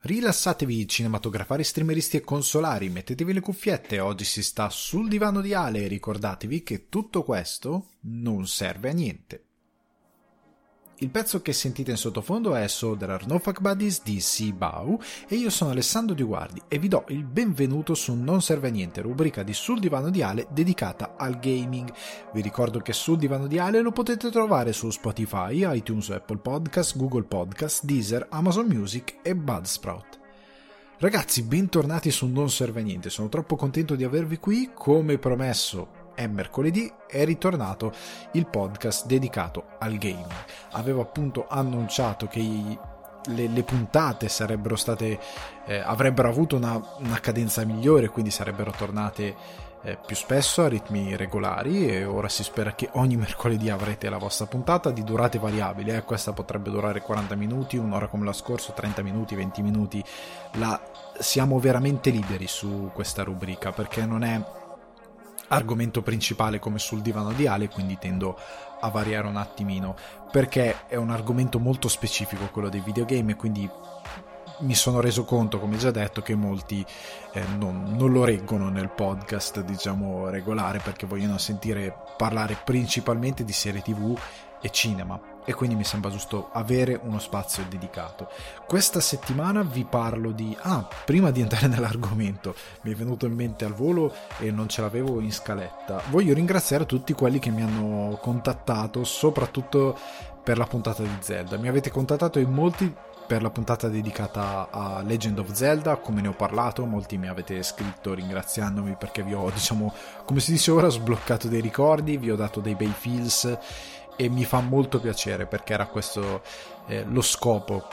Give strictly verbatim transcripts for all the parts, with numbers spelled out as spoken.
Rilassatevi cinematografari, streameristi e consolari, mettetevi le cuffiette, oggi si sta sul divano di Ale e ricordatevi che tutto questo non serve a niente. Il pezzo che sentite in sottofondo è So There Are No Fuck Buddies di Sibau e io sono Alessandro Di Guardi e vi do il benvenuto su Non Serve a Niente, rubrica di Sul Divano di Ale dedicata al gaming. Vi ricordo che Sul Divano di Ale lo potete trovare su Spotify, iTunes, Apple Podcast, Google Podcast, Deezer, Amazon Music e Buzzsprout. Ragazzi, bentornati su Non Serve a Niente, sono troppo contento di avervi qui, come promesso. È mercoledì, è ritornato il podcast dedicato al gaming. Avevo appunto annunciato che i, le, le puntate sarebbero state eh, avrebbero avuto una, una cadenza migliore, quindi sarebbero tornate eh, più spesso a ritmi regolari e ora si spera che ogni mercoledì avrete la vostra puntata di durate variabili. Eh, questa potrebbe durare quaranta minuti, un'ora come la scorsa, trenta minuti, venti minuti. La, siamo veramente liberi su questa rubrica perché non è argomento principale come sul divano di Ale, quindi tendo a variare un attimino perché è un argomento molto specifico quello dei videogame e quindi mi sono reso conto, come già detto, che molti eh, non, non lo reggono nel podcast diciamo regolare perché vogliono sentire parlare principalmente di serie tv e cinema e quindi mi sembra giusto avere uno spazio dedicato. Questa settimana vi parlo di... Ah, prima di entrare nell'argomento, mi è venuto in mente al volo e non ce l'avevo in scaletta. Voglio ringraziare tutti quelli che mi hanno contattato, soprattutto per la puntata di Zelda. Mi avete contattato in molti per la puntata dedicata a Legend of Zelda, come ne ho parlato, molti mi avete scritto ringraziandomi perché vi ho, diciamo, come si dice ora, sbloccato dei ricordi, vi ho dato dei bei feels e mi fa molto piacere perché era questo eh, lo scopo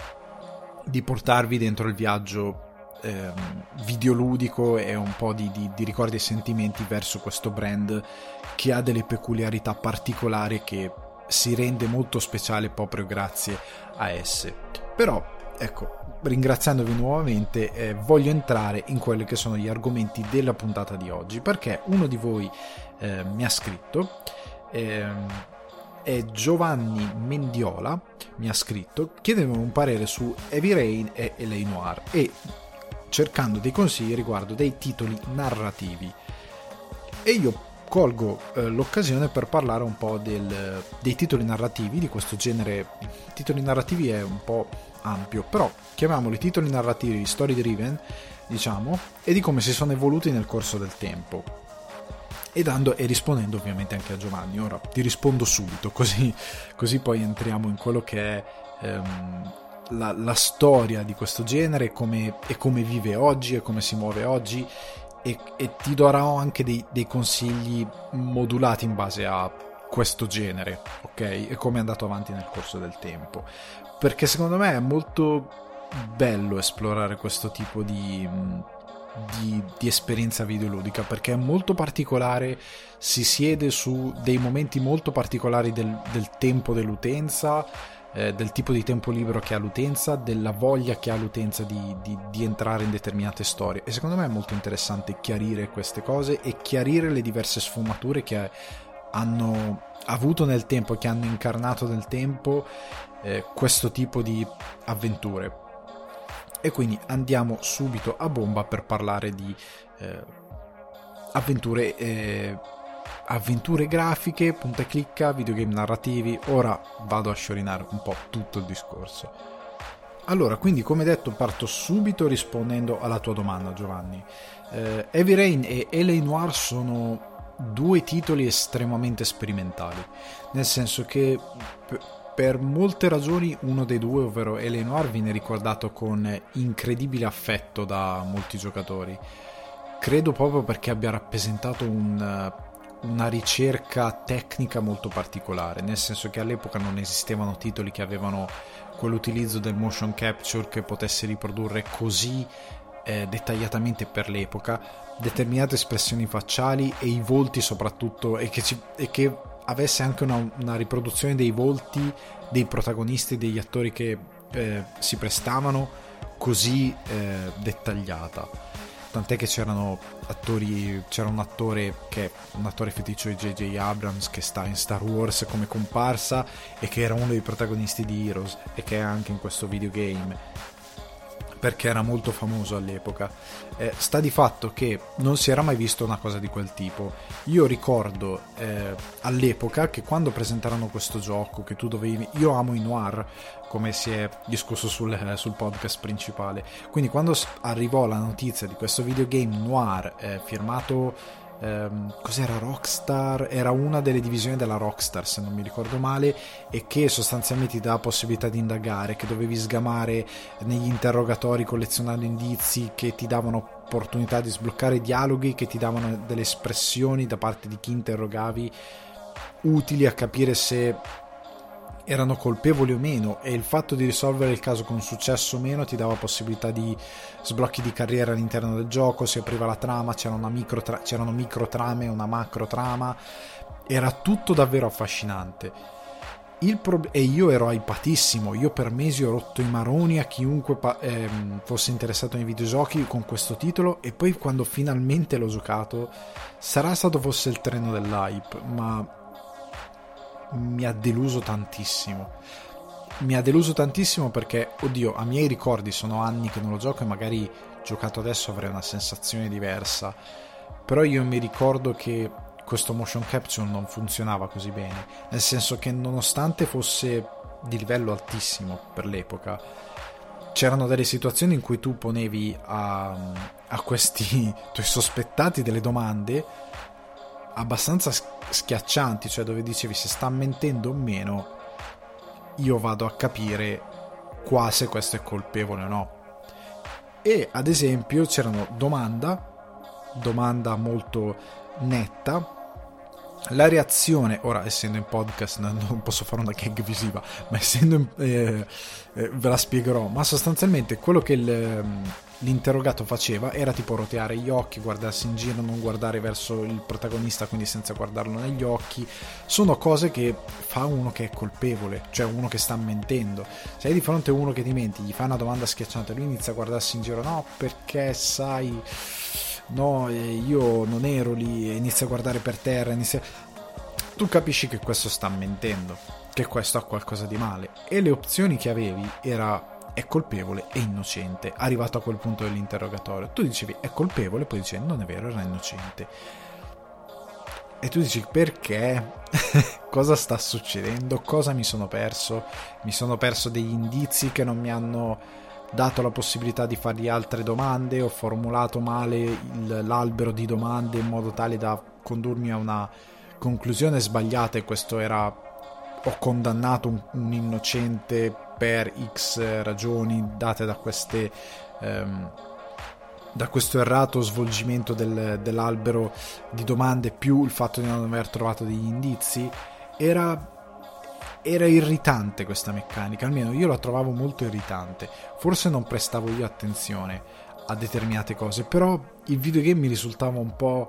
di portarvi dentro il viaggio eh, videoludico e un po' di, di, di ricordi e sentimenti verso questo brand che ha delle peculiarità particolari che si rende molto speciale proprio grazie a esse. Però ecco, ringraziandovi nuovamente eh, voglio entrare in quelli che sono gli argomenti della puntata di oggi perché uno di voi eh, mi ha scritto eh, è Giovanni Mendiola, mi ha scritto chiedendo un parere su Heavy Rain e L A. Noire e cercando dei consigli riguardo dei titoli narrativi e io colgo eh, l'occasione per parlare un po' del, dei titoli narrativi di questo genere. Titoli narrativi è un po' ampio, però chiamiamoli titoli narrativi story driven, diciamo, e di come si sono evoluti nel corso del tempo. E dando e rispondendo ovviamente anche a Giovanni. Ora ti rispondo subito, così, così poi entriamo in quello che è ehm, la, la storia di questo genere, come, e come vive oggi e come si muove oggi, e, e ti darò anche dei, dei consigli modulati in base a questo genere, ok? E come è andato avanti nel corso del tempo, perché secondo me è molto bello esplorare questo tipo di... Di, di esperienza videoludica perché è molto particolare, si siede su dei momenti molto particolari del, del tempo dell'utenza, eh, del tipo di tempo libero che ha l'utenza, della voglia che ha l'utenza di, di, di entrare in determinate storie, e secondo me è molto interessante chiarire queste cose e chiarire le diverse sfumature che hanno avuto nel tempo, che hanno incarnato nel tempo eh, questo tipo di avventure. E quindi andiamo subito a bomba per parlare di eh, avventure, eh, avventure grafiche, punta e clicca, videogame narrativi. Ora vado a sciorinare un po' tutto il discorso. Allora, quindi come detto parto subito rispondendo alla tua domanda, Giovanni. Eh, Heavy Rain e L A. Noire sono due titoli estremamente sperimentali, nel senso che... Per molte ragioni uno dei due, ovvero L A. Noire, viene ricordato con incredibile affetto da molti giocatori. Credo proprio perché abbia rappresentato un, una ricerca tecnica molto particolare, nel senso che all'epoca non esistevano titoli che avevano quell'utilizzo del motion capture che potesse riprodurre così eh, dettagliatamente per l'epoca determinate espressioni facciali e i volti soprattutto, e che, ci, e che avesse anche una, una riproduzione dei volti dei protagonisti, degli attori che eh, si prestavano così eh, dettagliata, tant'è che c'erano attori, c'era un attore che è un attore feticcio di J J Abrams che sta in Star Wars come comparsa e che era uno dei protagonisti di Heroes e che è anche in questo videogame. perché era molto famoso all'epoca. Eh, sta di fatto che non si era mai visto una cosa di quel tipo. Io ricordo eh, all'epoca che quando presentarono questo gioco, che tu dovevi, io amo i noir, come si è discusso sul, eh, sul podcast principale, quindi quando arrivò la notizia di questo videogame noir eh, firmato Um, cos'era Rockstar? Era una delle divisioni della Rockstar, se non mi ricordo male, e che sostanzialmente ti dà la possibilità di indagare, che dovevi sgamare negli interrogatori collezionando indizi, che ti davano opportunità di sbloccare dialoghi, che ti davano delle espressioni da parte di chi interrogavi utili a capire se erano colpevoli o meno, e il fatto di risolvere il caso con successo o meno ti dava possibilità di sblocchi di carriera all'interno del gioco, si apriva la trama, c'era una micro tra- c'erano micro trame, una macro trama, era tutto davvero affascinante. Il pro- e io ero hypatissimo, io per mesi ho rotto i maroni a chiunque pa- ehm, fosse interessato nei videogiochi con questo titolo, e poi quando finalmente l'ho giocato, sarà stato forse il treno dell'hype, ma mi ha deluso tantissimo. Mi ha deluso tantissimo perché, oddio, a miei ricordi sono anni che non lo gioco e magari giocato adesso avrei una sensazione diversa, però io mi ricordo che questo motion capture non funzionava così bene, nel senso che nonostante fosse di livello altissimo per l'epoca, c'erano delle situazioni in cui tu ponevi a, a questi tuoi sospettati delle domande abbastanza schiaccianti, cioè dove dicevi se sta mentendo o meno, io vado a capire qua se questo è colpevole o no. E ad esempio c'erano domanda domanda molto netta, la reazione, ora essendo in podcast non posso fare una gag visiva, ma essendo in, eh, eh, ve la spiegherò, ma sostanzialmente quello che il, l'interrogato faceva era tipo roteare gli occhi, guardarsi in giro, non guardare verso il protagonista, quindi senza guardarlo negli occhi. Sono cose che fa uno che è colpevole, cioè uno che sta mentendo. Se hai di fronte a uno che ti menti, gli fa una domanda schiacciante, lui inizia a guardarsi in giro, no perché sai, no io non ero lì, e inizia a guardare per terra, inizia... tu capisci che questo sta mentendo, che questo ha qualcosa di male, e le opzioni che avevi era è colpevole e innocente. Arrivato a quel punto dell'interrogatorio tu dicevi è colpevole, poi dicevi non è vero, era innocente, e tu dici perché? Cosa sta succedendo? Cosa mi sono perso? Mi sono perso degli indizi che non mi hanno dato la possibilità di fargli altre domande, ho formulato male il, l'albero di domande in modo tale da condurmi a una conclusione sbagliata, e questo era, ho condannato un, un innocente per X ragioni date da queste ehm, da questo errato svolgimento del, dell'albero di domande, più il fatto di non aver trovato degli indizi. Era era irritante questa meccanica, almeno io la trovavo molto irritante, forse non prestavo io attenzione a determinate cose, però il videogame mi risultava un po',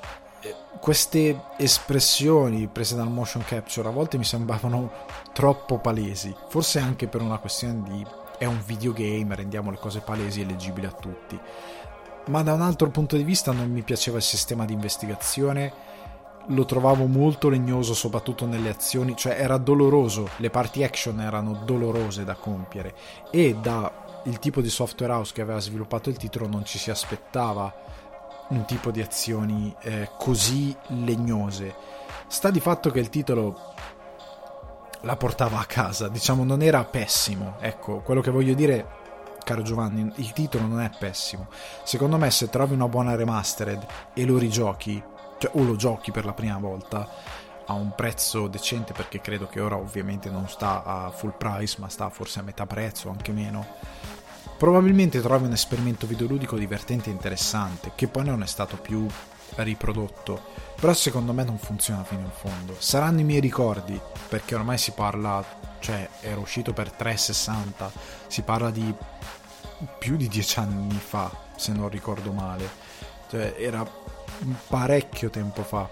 queste espressioni prese dal motion capture a volte mi sembravano troppo palesi, forse anche per una questione di è un videogame, rendiamo le cose palesi e leggibili a tutti, ma da un altro punto di vista non mi piaceva il sistema di investigazione, lo trovavo molto legnoso soprattutto nelle azioni, cioè era doloroso, le parti action erano dolorose da compiere, e da il tipo di software house che aveva sviluppato il titolo non ci si aspettava un tipo di azioni eh, così legnose. Sta di fatto che il titolo la portava a casa, diciamo, non era pessimo, ecco, quello che voglio dire, caro Giovanni, il titolo non è pessimo. Secondo me se trovi una buona remastered e lo rigiochi, cioè o lo giochi per la prima volta a un prezzo decente, perché credo che ora ovviamente non sta a full price ma sta forse a metà prezzo, anche meno, probabilmente trovi un esperimento videoludico divertente e interessante, che poi non è stato più riprodotto, però secondo me non funziona fino in fondo. Saranno i miei ricordi, perché ormai si parla, cioè era uscito per trecentosessanta, si parla di più di dieci anni fa se non ricordo male, cioè era parecchio tempo fa,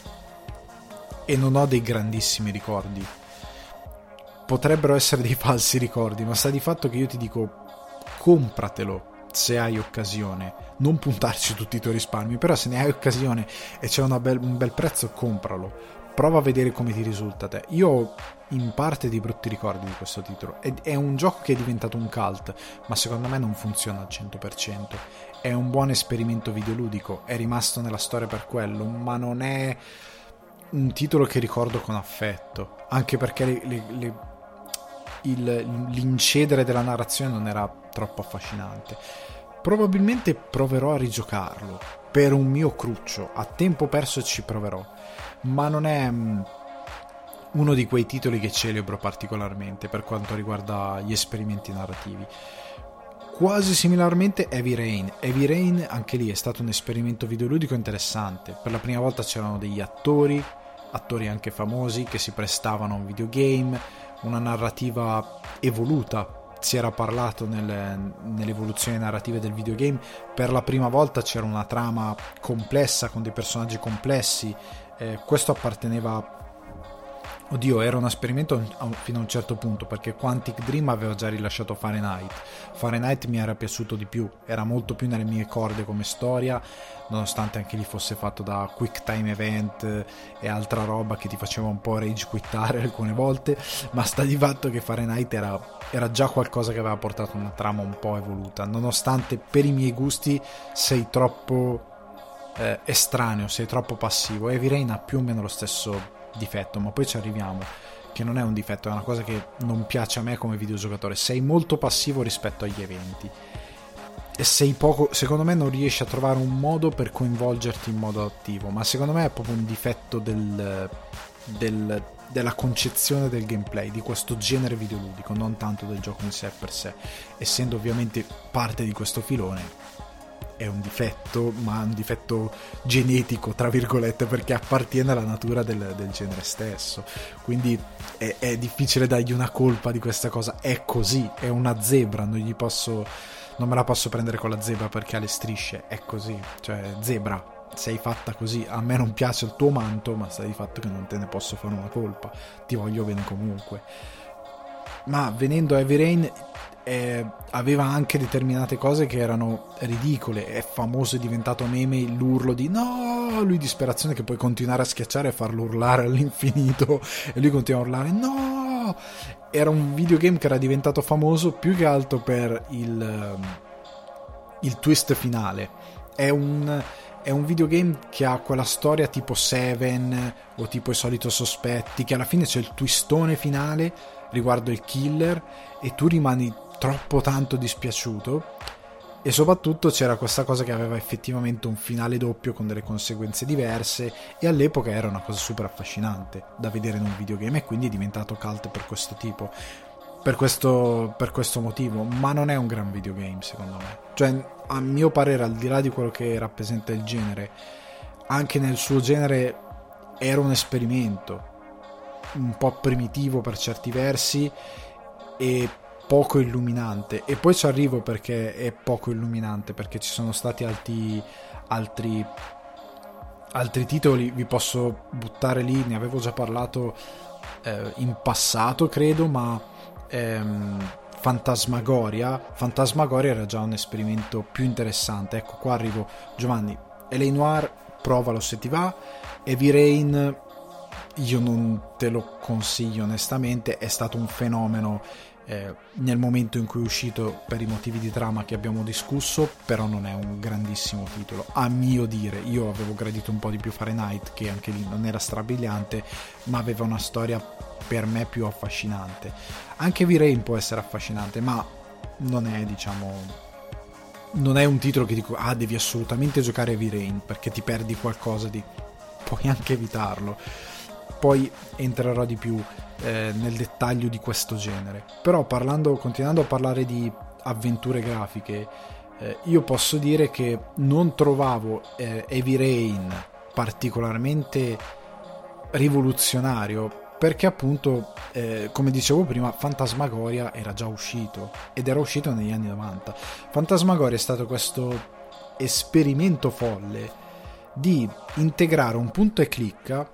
e non ho dei grandissimi ricordi. Potrebbero essere dei falsi ricordi, ma sta di fatto che io ti dico compratelo se hai occasione, non puntarci tutti i tuoi risparmi, però se ne hai occasione e c'è una bel, un bel prezzo, compralo, prova a vedere come ti risulta a te. Io ho in parte dei brutti ricordi di questo titolo. È, è un gioco che è diventato un cult, ma secondo me non funziona al cento per cento. È un buon esperimento videoludico, è rimasto nella storia per quello, ma non è un titolo che ricordo con affetto, anche perché le, le, le, il, l'incedere della narrazione non era troppo affascinante. Probabilmente proverò a rigiocarlo per un mio cruccio, a tempo perso ci proverò, ma non è um, uno di quei titoli che celebro particolarmente per quanto riguarda gli esperimenti narrativi. Quasi similarmente Heavy Rain. Heavy Rain anche lì è stato un esperimento videoludico interessante. Per la prima volta c'erano degli attori, attori anche famosi, che si prestavano a un videogame, una narrativa evoluta. Si era parlato nelle, nell'evoluzione narrativa del videogame. Per la prima volta c'era una trama complessa con dei personaggi complessi. Eh, questo apparteneva... Oddio, era un esperimento fino a un certo punto, perché Quantic Dream aveva già rilasciato Fahrenheit. Fahrenheit mi era piaciuto di più, era molto più nelle mie corde come storia, nonostante anche lì fosse fatto da quick time event e altra roba che ti faceva un po' rage quittare alcune volte, ma sta di fatto che Fahrenheit era, era già qualcosa che aveva portato una trama un po' evoluta, nonostante per i miei gusti sei troppo eh, estraneo, sei troppo passivo. Heavy Rain ha più o meno lo stesso difetto, ma poi ci arriviamo, che non è un difetto, è una cosa che non piace a me come videogiocatore. Sei molto passivo rispetto agli eventi e sei poco, secondo me non riesci a trovare un modo per coinvolgerti in modo attivo, ma secondo me è proprio un difetto del, del, della concezione del gameplay di questo genere videoludico, non tanto del gioco in sé per sé, essendo ovviamente parte di questo filone. È un difetto, ma un difetto genetico, tra virgolette, perché appartiene alla natura del, del genere stesso. Quindi è, è difficile dargli una colpa di questa cosa. È così, è una zebra, non gli posso, non me la posso prendere con la zebra perché ha le strisce. È così, cioè zebra, sei fatta così. A me non piace il tuo manto, ma sta di fatto che non te ne posso fare una colpa. Ti voglio bene comunque. Ma venendo a Heavy Rain, eh, aveva anche determinate cose che erano ridicole. È famoso, è diventato meme l'urlo di no, lui disperazione, che puoi continuare a schiacciare e farlo urlare all'infinito e lui continua a urlare no. Era un videogame che era diventato famoso più che altro per il, il twist finale. È un È un videogame che ha quella storia tipo Seven o tipo I Solito Sospetti, che alla fine c'è il twistone finale riguardo il killer e tu rimani troppo tanto dispiaciuto, e soprattutto c'era questa cosa che aveva effettivamente un finale doppio con delle conseguenze diverse, e all'epoca era una cosa super affascinante da vedere in un videogame, e quindi è diventato cult per questo tipo, per questo, per questo motivo. Ma non è un gran videogame secondo me, cioè a mio parere, al di là di quello che rappresenta il genere, anche nel suo genere era un esperimento un po' primitivo per certi versi e poco illuminante. E poi ci arrivo perché è poco illuminante, perché ci sono stati altri altri altri titoli, vi posso buttare lì, ne avevo già parlato eh, in passato credo, ma ehm, Fantasmagoria Fantasmagoria era già un esperimento più interessante. Ecco, qua arrivo, Giovanni. L A. Noire, provalo se ti va. Heavy Rain io non te lo consiglio onestamente, è stato un fenomeno eh, nel momento in cui è uscito per i motivi di trama che abbiamo discusso, però non è un grandissimo titolo a mio dire. Io avevo gradito un po' di più Fahrenheit, che anche lì non era strabiliante, ma aveva una storia per me più affascinante. Anche Heavy Rain può essere affascinante, ma non è, diciamo, non è un titolo che dico ah devi assolutamente giocare Heavy Rain perché ti perdi qualcosa di... puoi anche evitarlo. Poi entrerò di più eh, nel dettaglio di questo genere. Però parlando, continuando a parlare di avventure grafiche, eh, io posso dire che non trovavo eh, Heavy Rain particolarmente rivoluzionario, perché appunto eh, come dicevo prima, Fantasmagoria era già uscito ed era uscito negli anni novanta. Fantasmagoria è stato questo esperimento folle di integrare un punto e clicca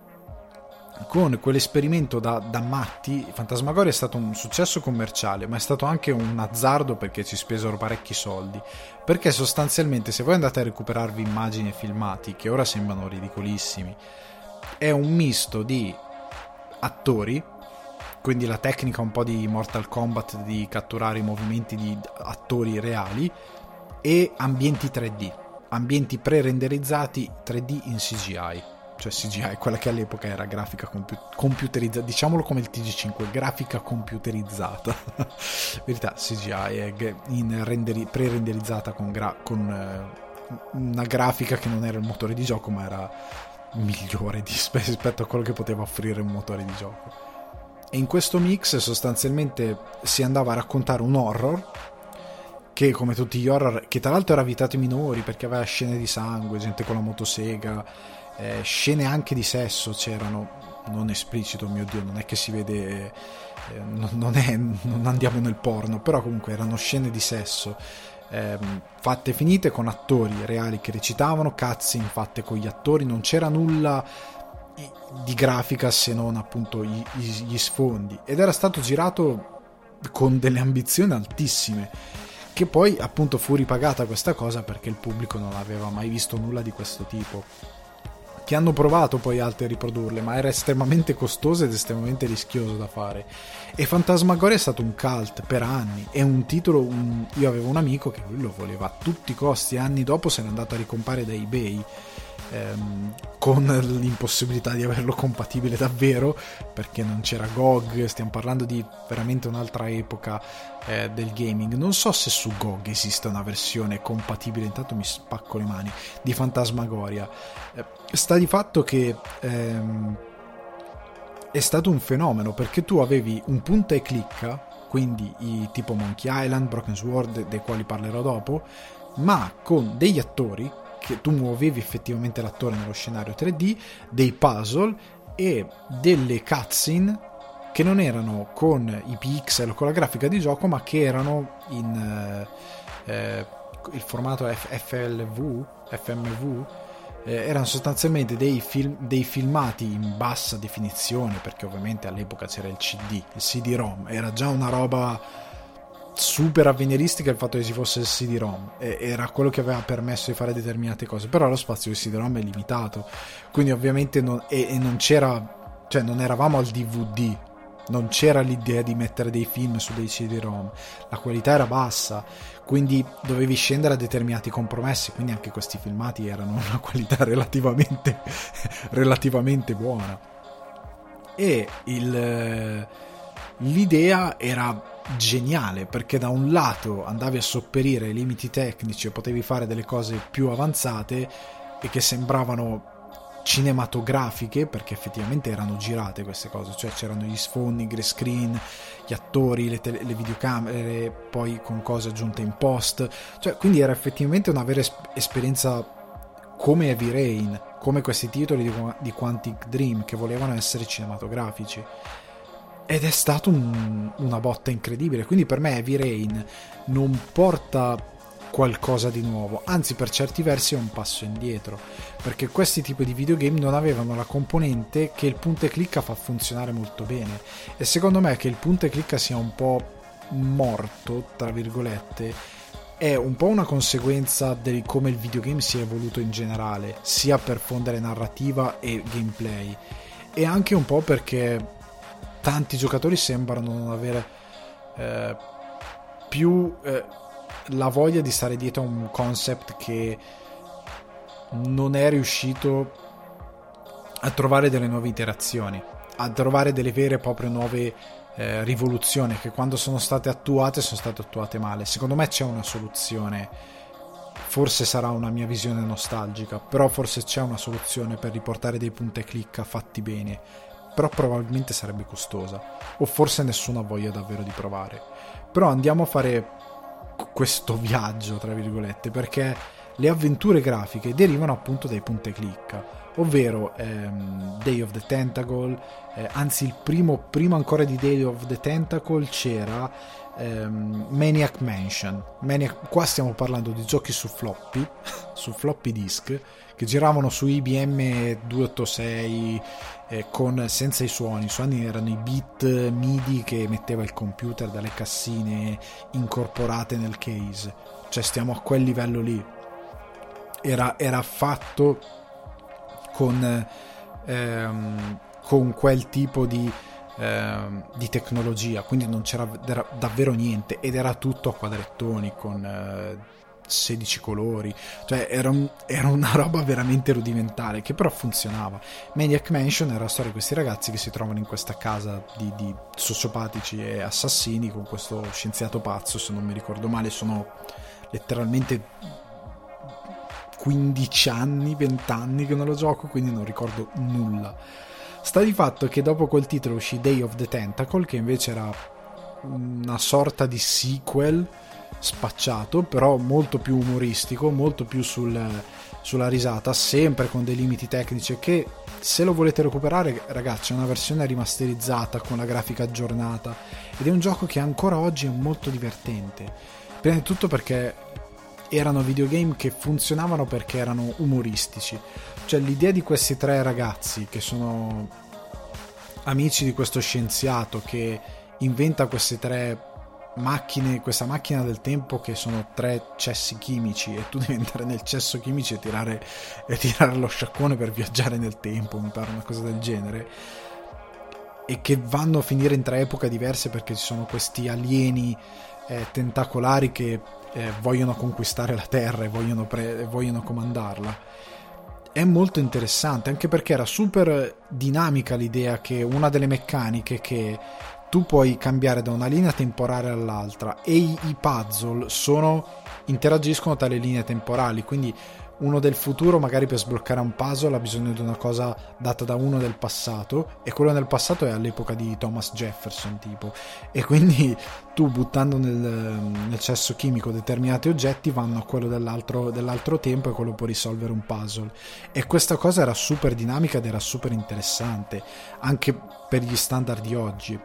con quell'esperimento da, da matti. Fantasmagoria è stato un successo commerciale, ma è stato anche un azzardo perché ci spesero parecchi soldi, perché sostanzialmente se voi andate a recuperarvi immagini e filmati che ora sembrano ridicolissimi, è un misto di attori, quindi la tecnica un po' di Mortal Kombat di catturare i movimenti di attori reali, e ambienti tre D, ambienti pre-renderizzati tre D in C G I, cioè C G I, quella che all'epoca era grafica compu- computerizzata, diciamolo come il T G cinque, grafica computerizzata. Verità, C G I è in renderi- pre-renderizzata con, gra- con eh, una grafica che non era il motore di gioco, ma era migliore di, rispetto a quello che poteva offrire un motore di gioco. E in questo mix sostanzialmente si andava a raccontare un horror che, come tutti gli horror, che tra l'altro era vietato ai minori perché aveva scene di sangue, gente con la motosega, eh, scene anche di sesso c'erano, non esplicito, mio Dio, non è che si vede, eh, non, non, è, non andiamo nel porno, però comunque erano scene di sesso, eh, fatte finite con attori reali che recitavano, cutscene fatte con gli attori, non c'era nulla di grafica se non appunto gli, gli sfondi, ed era stato girato con delle ambizioni altissime, che poi appunto fu ripagata questa cosa perché il pubblico non aveva mai visto nulla di questo tipo, che hanno provato poi altri a riprodurle, ma era estremamente costoso ed estremamente rischioso da fare. E Phantasmagoria è stato un cult per anni, è un titolo, un... io avevo un amico che lui lo voleva a tutti i costi, anni dopo se n'è andato a ricompare da eBay, ehm, con l'impossibilità di averlo compatibile davvero, perché non c'era G O G, stiamo parlando di veramente un'altra epoca eh, del gaming. Non so se su G O G esiste una versione compatibile, intanto mi spacco le mani, di Phantasmagoria. Eh, sta di fatto che ehm, è stato un fenomeno, perché tu avevi un punta e clicca, quindi i tipo Monkey Island, Broken Sword, dei quali parlerò dopo, ma con degli attori, che tu muovevi effettivamente l'attore nello scenario tre D, dei puzzle e delle cutscene che non erano con i pixel o con la grafica di gioco, ma che erano in eh, eh, il formato F L V, F M V, eh, erano sostanzialmente dei, film, dei filmati in bassa definizione, perché ovviamente all'epoca c'era il C D, il C D-ROM, era già una roba super avveniristica il fatto che ci fosse il C D-ROM, e era quello che aveva permesso di fare determinate cose, però lo spazio del C D-ROM è limitato, quindi ovviamente non, e, e non c'era, cioè non eravamo al D V D, non c'era l'idea di mettere dei film su dei C D-ROM, la qualità era bassa, quindi dovevi scendere a determinati compromessi, quindi anche questi filmati erano una qualità relativamente relativamente buona, e il, l'idea era geniale, perché da un lato andavi a sopperire ai limiti tecnici e potevi fare delle cose più avanzate e che sembravano cinematografiche, perché effettivamente erano girate queste cose, cioè c'erano gli sfondi, i green screen, gli attori, le, tele, le videocamere, poi con cose aggiunte in post, cioè quindi era effettivamente una vera es- esperienza come Heavy Rain, come questi titoli di, di Quantic Dream che volevano essere cinematografici. Ed è stato un, una botta incredibile, quindi per me Heavy Rain non porta qualcosa di nuovo, anzi per certi versi è un passo indietro, perché questi tipi di videogame non avevano la componente che il punta e clicca fa funzionare molto bene, e secondo me che il punta e clicca sia un po' morto, tra virgolette, è un po' una conseguenza di come il videogame si è evoluto in generale, sia per fondere narrativa e gameplay, e anche un po' perché tanti giocatori sembrano non avere eh, più eh, la voglia di stare dietro a un concept che non è riuscito a trovare delle nuove iterazioni, a trovare delle vere e proprie nuove eh, rivoluzioni, che quando sono state attuate sono state attuate male. Secondo me c'è una soluzione, forse sarà una mia visione nostalgica, però forse c'è una soluzione per riportare dei punta e clicca fatti bene, però probabilmente sarebbe costosa, o forse nessuno ha voglia davvero di provare. Però andiamo a fare questo viaggio, tra virgolette, perché le avventure grafiche derivano appunto dai punta e clicca, ovvero ehm, Day of the Tentacle, eh, anzi il primo, prima ancora di Day of the Tentacle c'era ehm, Maniac Mansion. Maniac, qua stiamo parlando di giochi su floppy, su floppy disk, che giravano su I B M duecentoottantasei eh, con, senza i suoni, i suoni erano i bit MIDI che metteva il computer dalle cassine incorporate nel case, cioè stiamo a quel livello lì. Era, era fatto con ehm, con quel tipo di, ehm, di tecnologia, quindi non c'era davvero niente, ed era tutto a quadrettoni con eh, sedici colori, cioè era, un, era una roba veramente rudimentale che però funzionava. Maniac Mansion era la storia di questi ragazzi che si trovano in questa casa di, di sociopatici e assassini con questo scienziato pazzo, se non mi ricordo male sono letteralmente quindici anni, venti anni che non lo gioco, quindi non ricordo nulla. Sta di fatto che dopo quel titolo uscì Day of the Tentacle, che invece era una sorta di sequel spacciato, però molto più umoristico, molto più sul, sulla risata, sempre con dei limiti tecnici, che se lo volete recuperare, ragazzi, è una versione rimasterizzata con la grafica aggiornata, ed è un gioco che ancora oggi è molto divertente, prima di tutto perché erano videogame che funzionavano perché erano umoristici. Cioè l'idea di questi tre ragazzi che sono amici di questo scienziato che inventa queste tre macchine, questa macchina del tempo che sono tre cessi chimici, e tu devi entrare nel cesso chimici e tirare, e tirare lo sciacquone per viaggiare nel tempo, mi pare una cosa del genere, e che vanno a finire in tre epoche diverse perché ci sono questi alieni eh, tentacolari che eh, vogliono conquistare la Terra e vogliono, pre- e vogliono comandarla. È molto interessante, anche perché era super dinamica l'idea che una delle meccaniche che tu puoi cambiare da una linea temporale all'altra, e i, i puzzle sono interagiscono tra le linee temporali, quindi uno del futuro magari per sbloccare un puzzle ha bisogno di una cosa data da uno del passato, e quello del passato è all'epoca di Thomas Jefferson tipo, e quindi tu buttando nel, nel cesso chimico determinati oggetti vanno a quello dell'altro, dell'altro tempo, e quello può risolvere un puzzle. E questa cosa era super dinamica ed era super interessante anche per gli standard di oggi.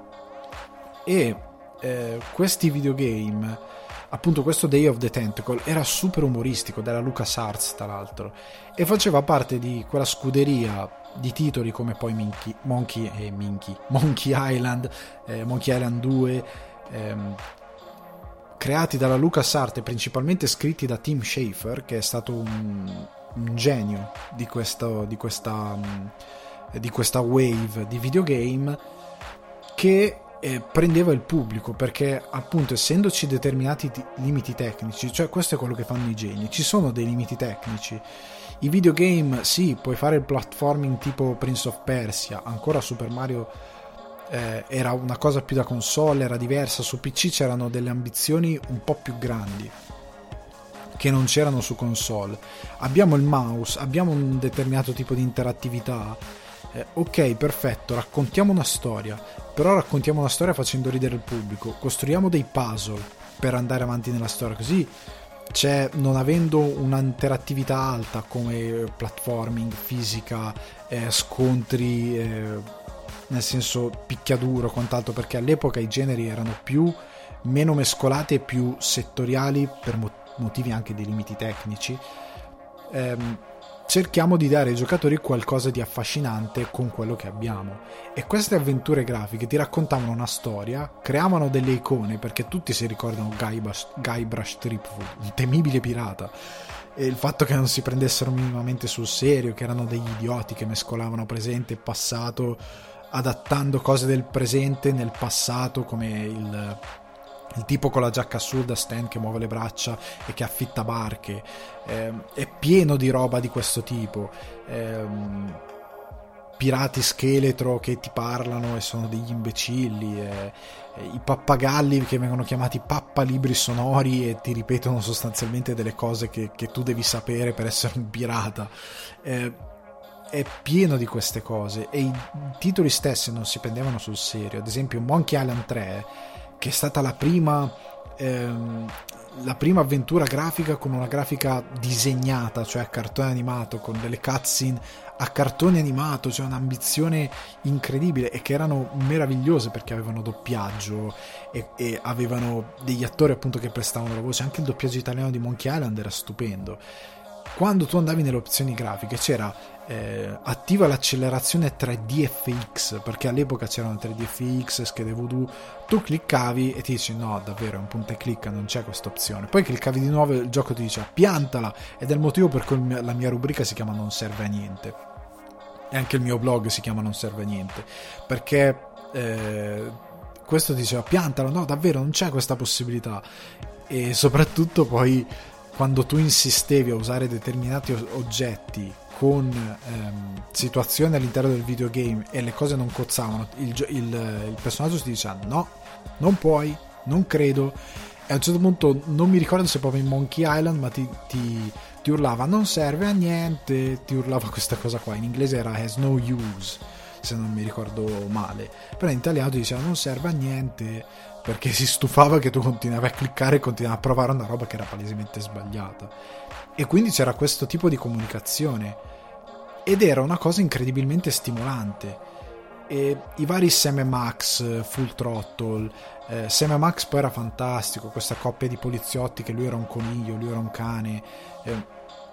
E eh, questi videogame, appunto questo Day of the Tentacle era super umoristico, della LucasArts tra l'altro, e faceva parte di quella scuderia di titoli come poi Minky, Monkey, eh, Minky, Monkey Island, eh, Monkey Island due, ehm, creati dalla LucasArts e principalmente scritti da Tim Schafer, che è stato un, un genio di, questo, di, questa, di questa wave di videogame, che E prendeva il pubblico, perché appunto essendoci determinati t- limiti tecnici, cioè questo è quello che fanno i geni, ci sono dei limiti tecnici. I videogame, sì, puoi fare il platforming tipo Prince of Persia, ancora Super Mario eh, era una cosa più da console, era diversa, su P C c'erano delle ambizioni un po' più grandi che non c'erano su console. Abbiamo il mouse, abbiamo un determinato tipo di interattività. Eh, ok, perfetto, raccontiamo una storia, però raccontiamo una storia facendo ridere il pubblico, costruiamo dei puzzle per andare avanti nella storia, così c'è, non avendo un'interattività alta come platforming, fisica, eh, scontri, eh, nel senso picchiaduro, quant'altro, perché all'epoca i generi erano più meno mescolati e più settoriali per motivi anche di limiti tecnici. ehm, cerchiamo di dare ai giocatori qualcosa di affascinante con quello che abbiamo, e queste avventure grafiche ti raccontavano una storia, creavano delle icone, perché tutti si ricordano Guybrush, Guybrush Threepwood, un temibile pirata, e il fatto che non si prendessero minimamente sul serio, che erano degli idioti che mescolavano presente e passato, adattando cose del presente nel passato, come il il tipo con la giacca assurda Stan che muove le braccia e che affitta barche. Eh, è pieno di roba di questo tipo. Eh, pirati scheletro che ti parlano e sono degli imbecilli, eh, eh, i pappagalli che vengono chiamati pappalibri sonori e ti ripetono sostanzialmente delle cose che, che tu devi sapere per essere un pirata. Eh, è pieno di queste cose, e i titoli stessi non si prendevano sul serio. Ad esempio Monkey Island tre, che è stata la prima ehm, la prima avventura grafica con una grafica disegnata, cioè a cartone animato, con delle cutscene a cartone animato, cioè un'ambizione incredibile, e che erano meravigliose perché avevano doppiaggio e, e avevano degli attori appunto che prestavano la voce. Anche il doppiaggio italiano di Monkey Island era stupendo. Quando tu andavi nelle opzioni grafiche c'era eh, attiva l'accelerazione tre D F X, perché all'epoca c'erano tre D F X, schede voodoo. Tu cliccavi e ti dici no, davvero è un punta e clicca, non c'è questa opzione. Poi cliccavi di nuovo e il gioco ti dice piantala, ed è il motivo per cui la mia rubrica si chiama non serve a niente. e anche il mio blog si chiama Non serve a niente, perché eh, questo diceva piantalo, no davvero non c'è questa possibilità. E soprattutto poi quando tu insistevi a usare determinati oggetti con ehm, situazioni all'interno del videogame e le cose non cozzavano, il, il, il personaggio ti diceva no, non puoi, non credo, e a un certo punto non mi ricordo se proprio in Monkey Island, ma ti, ti, ti urlava non serve a niente, ti urlava questa cosa qua, in inglese era has no use, se non mi ricordo male, però in italiano ti diceva non serve a niente, perché si stufava che tu continuavi a cliccare e continuavi a provare una roba che era palesemente sbagliata. E quindi c'era questo tipo di comunicazione ed era una cosa incredibilmente stimolante. E i vari Sam e Max, Full Throttle, eh, Sam e Max poi era fantastico, questa coppia di poliziotti che lui era un coniglio, lui era un cane, eh,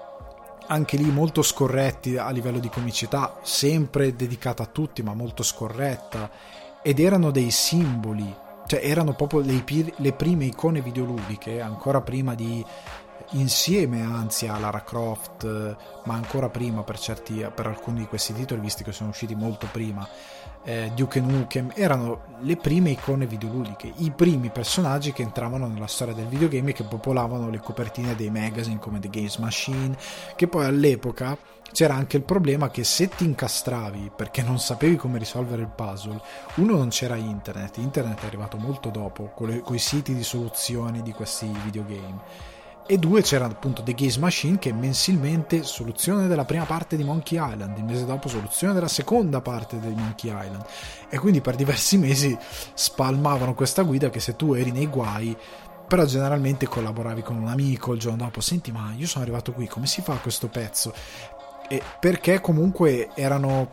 anche lì molto scorretti a livello di comicità, sempre dedicata a tutti ma molto scorretta, ed erano dei simboli, cioè erano proprio le, le prime icone videoludiche, ancora prima di, insieme anzi a Lara Croft, ma ancora prima per certi, per alcuni di questi titoli, visti che sono usciti molto prima, eh, Duke Nukem, erano le prime icone videoludiche, i primi personaggi che entravano nella storia del videogame e che popolavano le copertine dei magazine come The Games Machine, che poi all'epoca c'era anche il problema che se ti incastravi perché non sapevi come risolvere il puzzle, uno, non c'era internet, internet è arrivato molto dopo con i siti di soluzioni di questi videogame, e due, c'era appunto The Games Machine che mensilmente soluzione della prima parte di Monkey Island, il mese dopo soluzione della seconda parte di Monkey Island, e quindi per diversi mesi spalmavano questa guida che se tu eri nei guai, però generalmente collaboravi con un amico il giorno dopo, senti ma io sono arrivato qui, come si fa questo pezzo? E perché comunque erano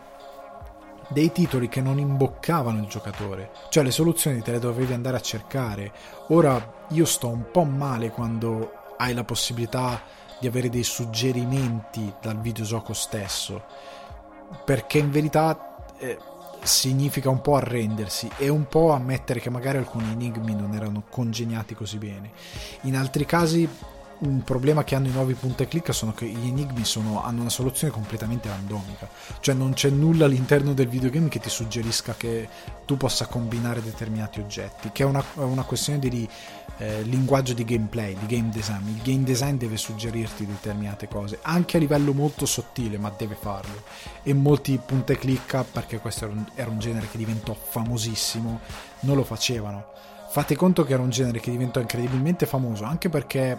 dei titoli che non imboccavano il giocatore, cioè le soluzioni te le dovevi andare a cercare. Ora io sto un po' male quando hai la possibilità di avere dei suggerimenti dal videogioco stesso, perché in verità eh, significa un po' arrendersi e un po' ammettere che magari alcuni enigmi non erano congeniati così bene. In altri casi un problema che hanno i nuovi punta e clicca sono che gli enigmi sono, hanno una soluzione completamente randomica, cioè non c'è nulla all'interno del videogame che ti suggerisca che tu possa combinare determinati oggetti, che è una, una questione di eh, linguaggio di gameplay, di game design. Il game design deve suggerirti determinate cose anche a livello molto sottile, ma deve farlo, e molti punta e clicca, perché questo era un, era un genere che diventò famosissimo, non lo facevano. Fate conto che era un genere che diventò incredibilmente famoso anche perché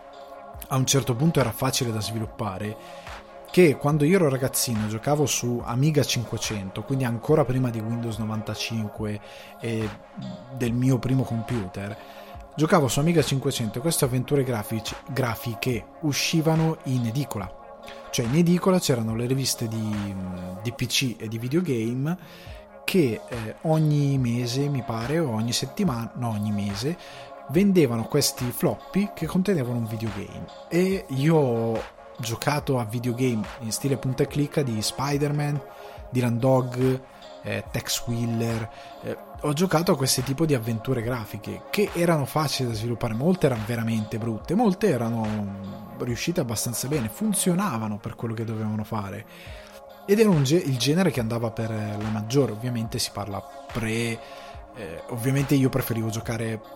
a un certo punto era facile da sviluppare, che quando io ero ragazzino giocavo su Amiga cinquecento, quindi ancora prima di Windows novantacinque e del mio primo computer, giocavo su Amiga cinquecento e queste avventure grafici, grafiche uscivano in edicola, cioè in edicola c'erano le riviste di, di P C e di videogame che eh, ogni mese mi pare o ogni settimana, no ogni mese vendevano questi floppy che contenevano un videogame, e io ho giocato a videogame in stile punta e clicca di Spider-Man, Dylan Dog, eh, Tex Wheeler, eh, ho giocato a questi tipi di avventure grafiche che erano facili da sviluppare, molte erano veramente brutte, molte erano riuscite abbastanza bene, funzionavano per quello che dovevano fare, ed era un ge- il genere che andava per la maggiore. Ovviamente si parla pre eh, ovviamente io preferivo giocare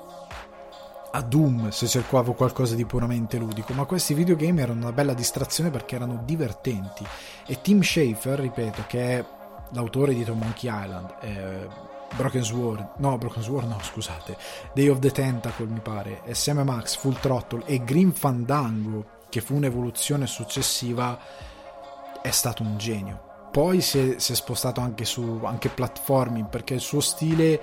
a Doom se cercavo qualcosa di puramente ludico, ma questi videogame erano una bella distrazione perché erano divertenti. E Tim Schafer, ripeto, che è l'autore di Monkey Island, eh, Broken Sword, no Broken Sword no scusate, Day of the Tentacle mi pare, e Sam e Max, Full Throttle e Grim Fandango, che fu un'evoluzione successiva, è stato un genio. Poi si è, si è spostato anche su anche platforming, perché il suo stile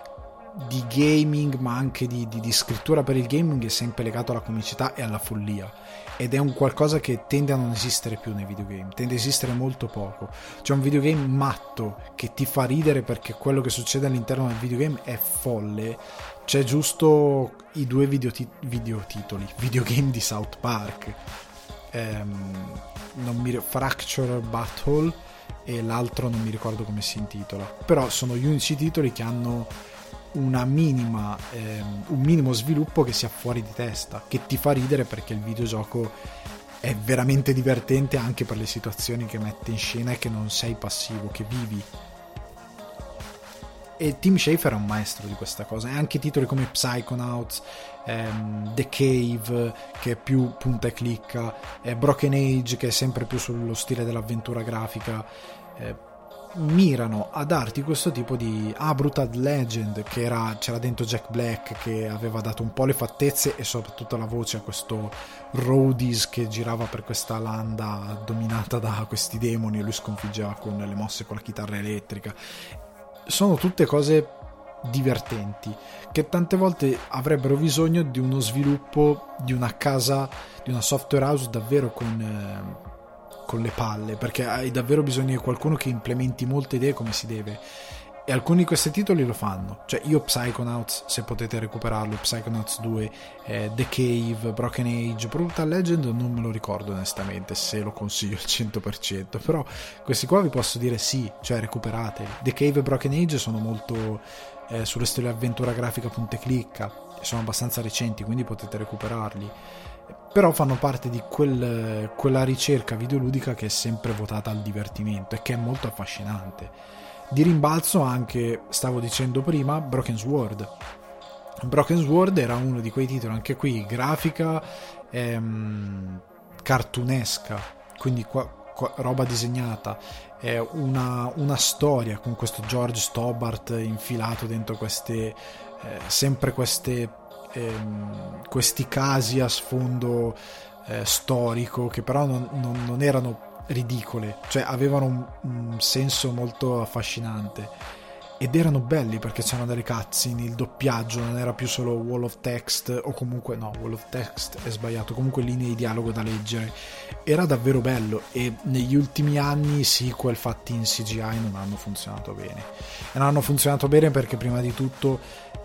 di gaming, ma anche di, di, di scrittura per il gaming, è sempre legato alla comicità e alla follia, ed è un qualcosa che tende a non esistere più nei videogame, tende a esistere molto poco. C'è un videogame matto che ti fa ridere perché quello che succede all'interno del videogame è folle. C'è giusto i due videoti- videotitoli videogame di South Park, ehm, non mi Fracture Battle e l'altro non mi ricordo come si intitola, però sono gli unici titoli che hanno una minima ehm, un minimo sviluppo che sia fuori di testa, che ti fa ridere perché il videogioco è veramente divertente anche per le situazioni che mette in scena e che non sei passivo, che vivi. E Tim Schafer è un maestro di questa cosa, e anche titoli come Psychonauts, ehm, The Cave, che è più punta e clicca, eh, Broken Age, che è sempre più sullo stile dell'avventura grafica, eh, mirano a darti questo tipo di... ah, Brutal Legend, che era, c'era dentro Jack Black, che aveva dato un po' le fattezze e soprattutto la voce a questo Rhodes che girava per questa landa dominata da questi demoni e lui sconfiggeva con le mosse con la chitarra elettrica. Sono tutte cose divertenti che tante volte avrebbero bisogno di uno sviluppo di una casa, di una software house davvero con, eh, con le palle, perché hai davvero bisogno di qualcuno che implementi molte idee come si deve, e alcuni di questi titoli lo fanno. Cioè io Psychonauts, se potete recuperarlo, Psychonauts due, eh, The Cave, Broken Age, Brutal Legend non me lo ricordo onestamente se lo consiglio al cento per cento, però questi qua vi posso dire sì, cioè recuperateli. The Cave e Broken Age sono molto eh, sullo stile avventura grafica punta e clicca, sono abbastanza recenti, quindi potete recuperarli, però fanno parte di quel, quella ricerca videoludica che è sempre votata al divertimento e che è molto affascinante. Di rimbalzo anche, stavo dicendo prima, Broken Sword. Broken Sword era uno di quei titoli, anche qui grafica ehm, cartunesca, quindi qua, qua, roba disegnata, eh, una, una storia con questo George Stobart infilato dentro queste eh, sempre queste ehm, questi casi a sfondo eh, storico, che però non, non, non erano ridicole, cioè avevano un, un senso molto affascinante ed erano belli perché c'erano delle cutscene, il doppiaggio non era più solo wall of text, o comunque no, wall of text è sbagliato, comunque linee di dialogo da leggere, era davvero bello. E negli ultimi anni i sequel fatti in C G I non hanno funzionato bene, e non hanno funzionato bene perché prima di tutto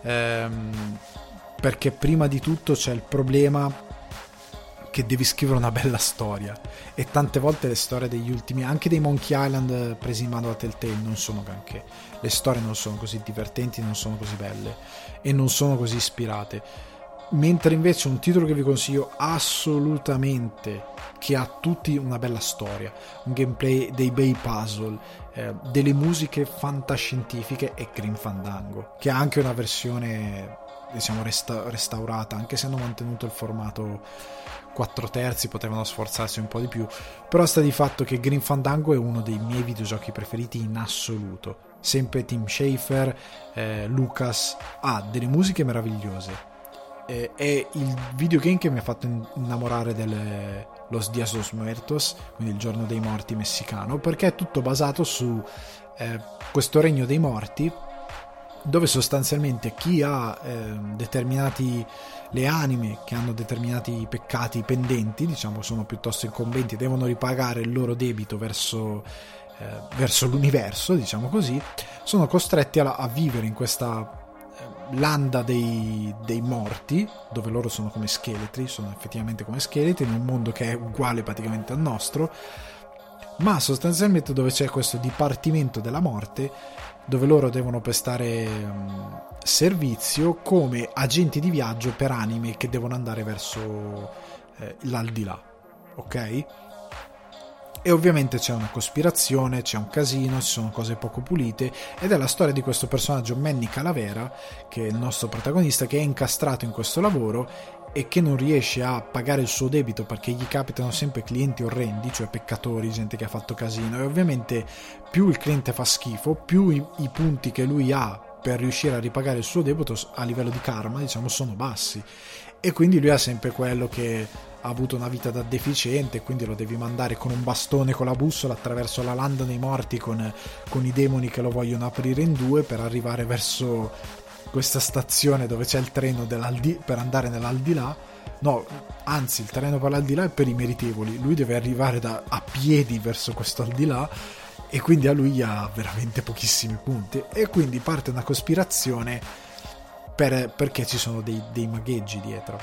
ehm, perché prima di tutto c'è il problema che devi scrivere una bella storia, e tante volte le storie degli ultimi, anche dei Monkey Island presi in mano da Telltale, non sono granché, le storie non sono così divertenti, non sono così belle e non sono così ispirate. Mentre invece un titolo che vi consiglio assolutamente, che ha tutti una bella storia, un gameplay, dei bei puzzle, eh, delle musiche fantascientifiche, è Grim Fandango, che ha anche una versione diciamo resta- restaurata, anche se hanno mantenuto il formato quattro terzi, potevano sforzarsi un po' di più, però sta di fatto che Grim Fandango è uno dei miei videogiochi preferiti in assoluto. Sempre Tim Schafer, eh, Lucas, ha delle musiche meravigliose, eh, è il videogame che mi ha fatto innamorare del Los Días de los Muertos, quindi il giorno dei morti messicano, perché è tutto basato su eh, questo regno dei morti, dove sostanzialmente chi ha eh, determinati le anime che hanno determinati peccati pendenti, diciamo sono piuttosto incombenti, devono ripagare il loro debito verso, eh, verso l'universo, diciamo così, sono costretti a, a vivere in questa eh, landa dei, dei morti, dove loro sono come scheletri, sono effettivamente come scheletri in un mondo che è uguale praticamente al nostro, ma sostanzialmente dove c'è questo dipartimento della morte, dove loro devono prestare um, servizio come agenti di viaggio per anime che devono andare verso eh, l'aldilà, ok? E ovviamente c'è una cospirazione, c'è un casino, ci sono cose poco pulite, ed è la storia di questo personaggio Manny Calavera, che è il nostro protagonista, che è incastrato in questo lavoro e che non riesce a pagare il suo debito perché gli capitano sempre clienti orrendi, cioè peccatori, gente che ha fatto casino, e ovviamente più il cliente fa schifo, più i, i punti che lui ha per riuscire a ripagare il suo debito a livello di karma, diciamo, sono bassi, e quindi lui ha sempre quello che ha avuto una vita da deficiente, quindi lo devi mandare con un bastone con la bussola attraverso la landa dei morti con, con i demoni che lo vogliono aprire in due per arrivare verso questa stazione dove c'è il treno per andare nell'aldilà. No, anzi, il treno per l'aldilà è per i meritevoli, lui deve arrivare da, a piedi verso questo aldilà, e quindi a lui ha veramente pochissimi punti, e quindi parte una cospirazione per, perché ci sono dei, dei magheggi dietro,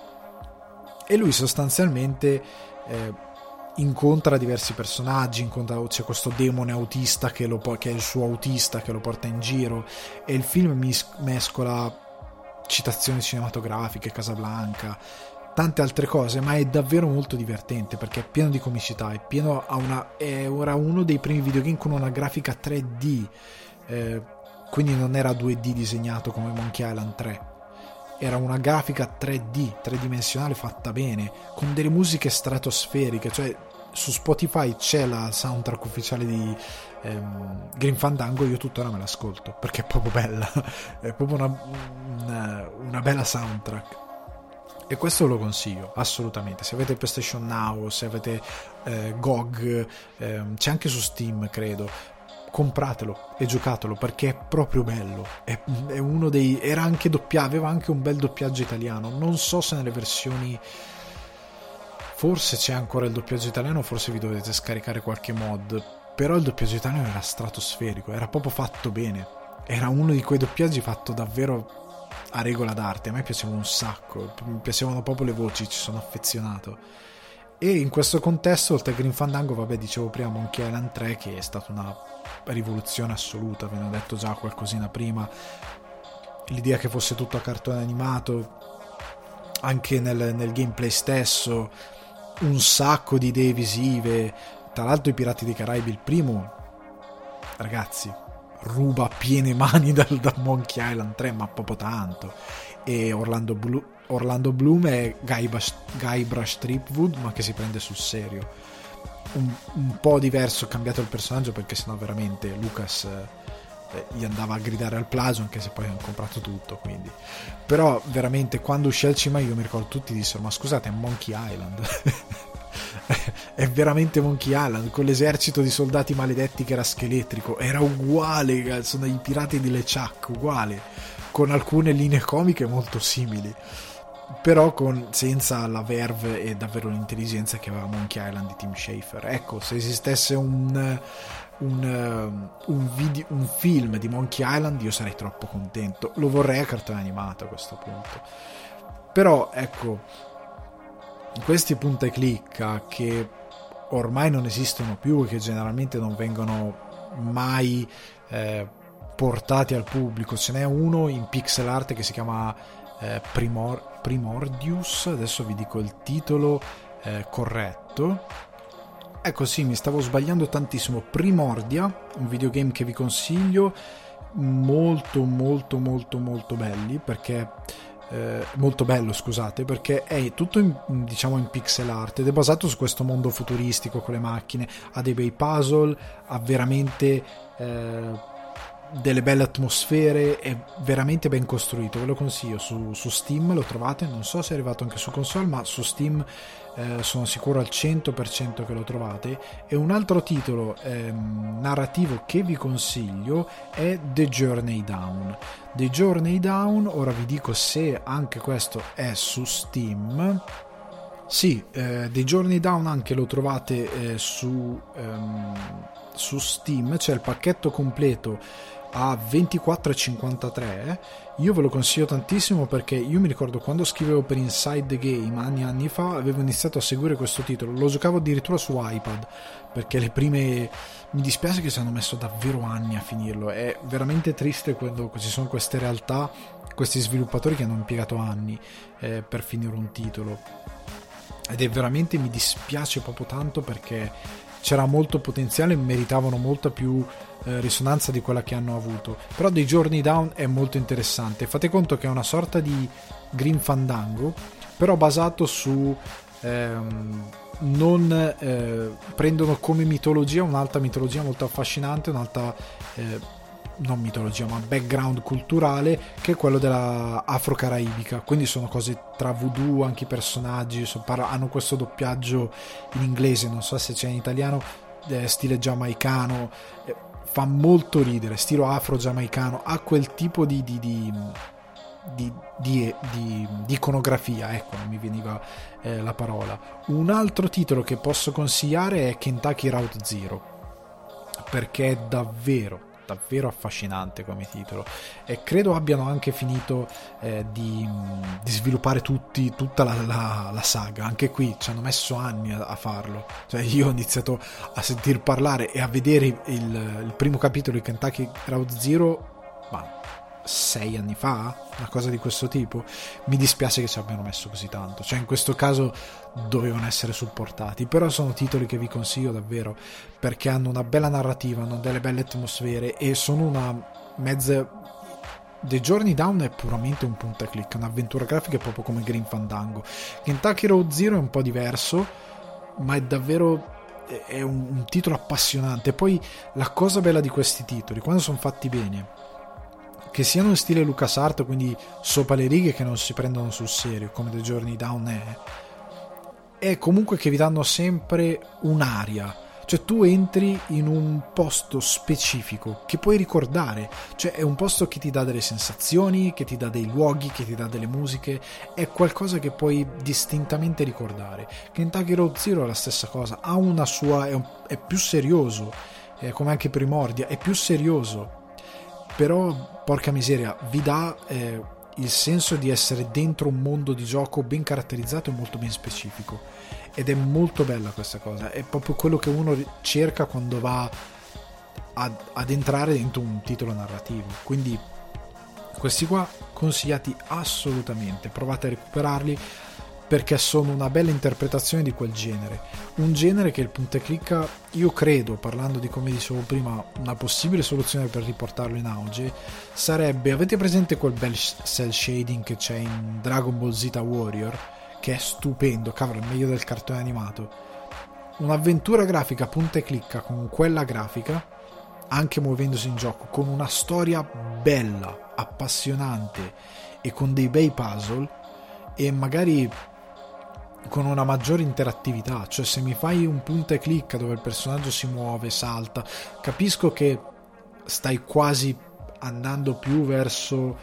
e lui sostanzialmente eh, incontra diversi personaggi, incontra, c'è questo demone autista che, lo, che è il suo autista che lo porta in giro, e il film mis- mescola citazioni cinematografiche, Casablanca, tante altre cose, ma è davvero molto divertente perché è pieno di comicità, è pieno a una è ora uno dei primi videogame con una grafica tre D, eh, quindi non era due D disegnato come Monkey Island tre, era una grafica tre D, tridimensionale fatta bene, con delle musiche stratosferiche, cioè su Spotify c'è la soundtrack ufficiale di ehm, Grim Fandango, io tuttora me l'ascolto perché è proprio bella, è proprio una, una, una bella soundtrack, e questo lo consiglio assolutamente. Se avete PlayStation Now, se avete eh, G O G, ehm, c'è anche su Steam credo, compratelo e giocatelo perché è proprio bello, è, è uno dei era anche doppiato, aveva anche un bel doppiaggio italiano, non so se nelle versioni, forse c'è ancora il doppiaggio italiano, forse vi dovete scaricare qualche mod, però il doppiaggio italiano era stratosferico, era proprio fatto bene, era uno di quei doppiaggi fatto davvero a regola d'arte. A me piaceva un sacco, mi piacevano proprio le voci, ci sono affezionato. E in questo contesto, oltre a Grim Fandango, vabbè, dicevo prima Monkey Island tre, che è stata una rivoluzione assoluta, ve ne ho detto già qualcosina prima, l'idea che fosse tutto a cartone animato, anche nel, nel gameplay stesso, un sacco di idee visive. Tra l'altro i Pirati dei Caraibi, il primo, ragazzi, ruba a piene mani dal, da Monkey Island tre, ma proprio tanto. E Orlando, Blu, Orlando Bloom è Guybrush, Guybrush Threepwood, ma che si prende sul serio, un, un po' diverso, cambiato il personaggio perché sennò veramente Lucas eh, gli andava a gridare al plagio, anche se poi hanno comprato tutto, quindi. Però veramente quando uscì al cinema io mi ricordo tutti dissero: ma scusate, è Monkey Island. È veramente Monkey Island, con l'esercito di soldati maledetti che era scheletrico, era uguale, sono i pirati di LeChuck, uguale, con alcune linee comiche molto simili, però con, senza la verve e davvero l'intelligenza che aveva Monkey Island di Tim Schafer. Ecco, se esistesse un un, un, video, un film di Monkey Island io sarei troppo contento, lo vorrei a cartone animato a questo punto. Però ecco, questi punta e clicca che ormai non esistono più e che generalmente non vengono mai eh, portati al pubblico, ce n'è uno in pixel art che si chiama eh, Primor- Primordius, adesso vi dico il titolo eh, corretto. Ecco, sì, mi stavo sbagliando tantissimo. Primordia, un videogame che vi consiglio, molto molto molto molto belli, perché eh, molto bello, scusate, perché è tutto in, diciamo in pixel art ed è basato su questo mondo futuristico con le macchine, ha dei bei puzzle, ha veramente eh, delle belle atmosfere, è veramente ben costruito, ve lo consiglio. Su, su Steam lo trovate, non so se è arrivato anche su console, ma su Steam eh, sono sicuro al cento per cento che lo trovate. E un altro titolo ehm, narrativo che vi consiglio è The Journey Down. The Journey Down, ora vi dico se anche questo è su Steam. Sì, eh, The Journey Down anche lo trovate eh, su, ehm, su Steam, c'è il pacchetto completo a ventiquattro e cinquantatré. Io ve lo consiglio tantissimo perché io mi ricordo quando scrivevo per Inside the Game anni e anni fa, avevo iniziato a seguire questo titolo, lo giocavo addirittura su iPad perché le prime, mi dispiace che ci hanno messo davvero anni a finirlo, è veramente triste quando ci sono queste realtà, questi sviluppatori che hanno impiegato anni eh, per finire un titolo, ed è veramente, mi dispiace proprio tanto perché c'era molto potenziale e meritavano molta più eh, risonanza di quella che hanno avuto. Però The Journey Down è molto interessante, fate conto che è una sorta di Grim Fandango però basato su ehm, non eh, prendono come mitologia un'altra mitologia molto affascinante, un'altra eh, non mitologia ma background culturale, che è quello della afro-caraibica, quindi sono cose tra voodoo, anche i personaggi so, parla, hanno questo doppiaggio in inglese, non so se c'è in italiano, eh, stile giamaicano, eh, fa molto ridere, stile afro-giamaicano, ha quel tipo di di, di, di, di, di, di iconografia, ecco, non mi veniva eh, la parola. Un altro titolo che posso consigliare è Kentucky Route Zero, perché è davvero davvero affascinante come titolo e credo abbiano anche finito eh, di, di sviluppare tutti, tutta la, la, la saga. Anche qui ci hanno messo anni a, a farlo, cioè io ho iniziato a sentir parlare e a vedere il, il primo capitolo di Kentucky Route Zero, ma sei anni fa, una cosa di questo tipo. Mi dispiace che ci abbiano messo così tanto, cioè in questo caso dovevano essere supportati, però sono titoli che vi consiglio davvero, perché hanno una bella narrativa, hanno delle belle atmosfere e sono una mezza... The Journey Down è puramente un punta click, un'avventura grafica proprio come Grim Fandango. Kentucky Road Zero è un po' diverso, ma è davvero è un, un titolo appassionante. Poi la cosa bella di questi titoli, quando sono fatti bene, che siano in stile LucasArts, quindi sopra le righe, che non si prendono sul serio come The Journey Down è, è comunque che vi danno sempre un'aria, cioè tu entri in un posto specifico che puoi ricordare, cioè è un posto che ti dà delle sensazioni, che ti dà dei luoghi, che ti dà delle musiche, è qualcosa che puoi distintamente ricordare. Kentucky Road Zero è la stessa cosa, ha una sua, è, un, è più serioso, è come anche Primordia, è più serioso, però porca miseria, vi dà eh, il senso di essere dentro un mondo di gioco ben caratterizzato e molto ben specifico, ed è molto bella questa cosa, è proprio quello che uno cerca quando va ad, ad entrare dentro un titolo narrativo. Quindi questi qua consigliati assolutamente, provate a recuperarli perché sono una bella interpretazione di quel genere, un genere che il punta e clicca, io credo, parlando di, come dicevo prima, una possibile soluzione per riportarlo in auge sarebbe, avete presente quel bel cel shading che c'è in Dragon Ball Z Warrior, che è stupendo, cavolo, è meglio del cartone animato. Un'avventura grafica punta e clicca con quella grafica, anche muovendosi in gioco, con una storia bella, appassionante e con dei bei puzzle, e magari con una maggiore interattività. Cioè, se mi fai un punta e clicca dove il personaggio si muove, salta, capisco che stai quasi andando più verso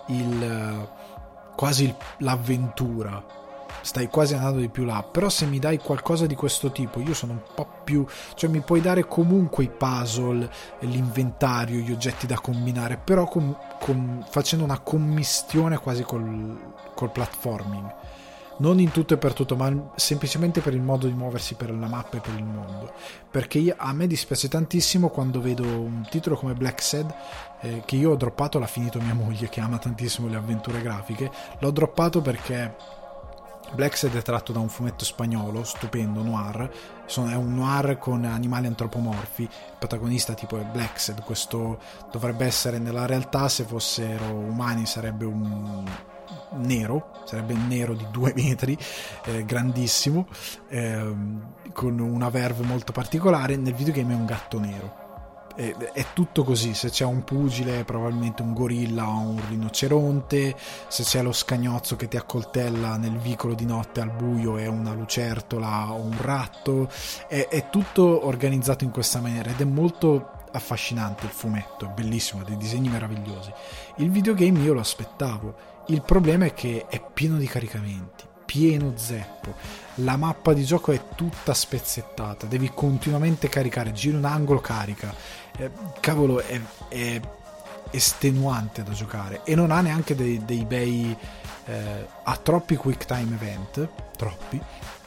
il quasi il, l'avventura, stai quasi andando di più là, però se mi dai qualcosa di questo tipo io sono un po' più, cioè mi puoi dare comunque i puzzle, l'inventario, gli oggetti da combinare, però con, con, facendo una commistione quasi col, col platforming, non in tutto e per tutto, ma semplicemente per il modo di muoversi per la mappa e per il mondo. Perché io, a me dispiace tantissimo quando vedo un titolo come Black Sad, eh, che io ho droppato, l'ha finito mia moglie che ama tantissimo le avventure grafiche, l'ho droppato perché Black Sad è tratto da un fumetto spagnolo stupendo, noir, è un noir con animali antropomorfi, il protagonista tipo è Black Sad, questo dovrebbe essere, nella realtà se fossero umani sarebbe un nero, sarebbe nero di due metri, eh, grandissimo, eh, con una verve molto particolare. Nel videogame è un gatto nero, è, è tutto così. Se c'è un pugile è probabilmente un gorilla o un rinoceronte, se c'è lo scagnozzo che ti accoltella nel vicolo di notte al buio è una lucertola o un ratto, è, è tutto organizzato in questa maniera ed è molto affascinante. Il fumetto è bellissimo, ha dei disegni meravigliosi. Il videogame io lo aspettavo. Il problema è che è pieno di caricamenti, pieno zeppo, la mappa di gioco è tutta spezzettata, devi continuamente caricare, giri un angolo, carica, eh, cavolo, è, è estenuante da giocare e non ha neanche dei, dei bei eh, ha troppi quick time event, troppi,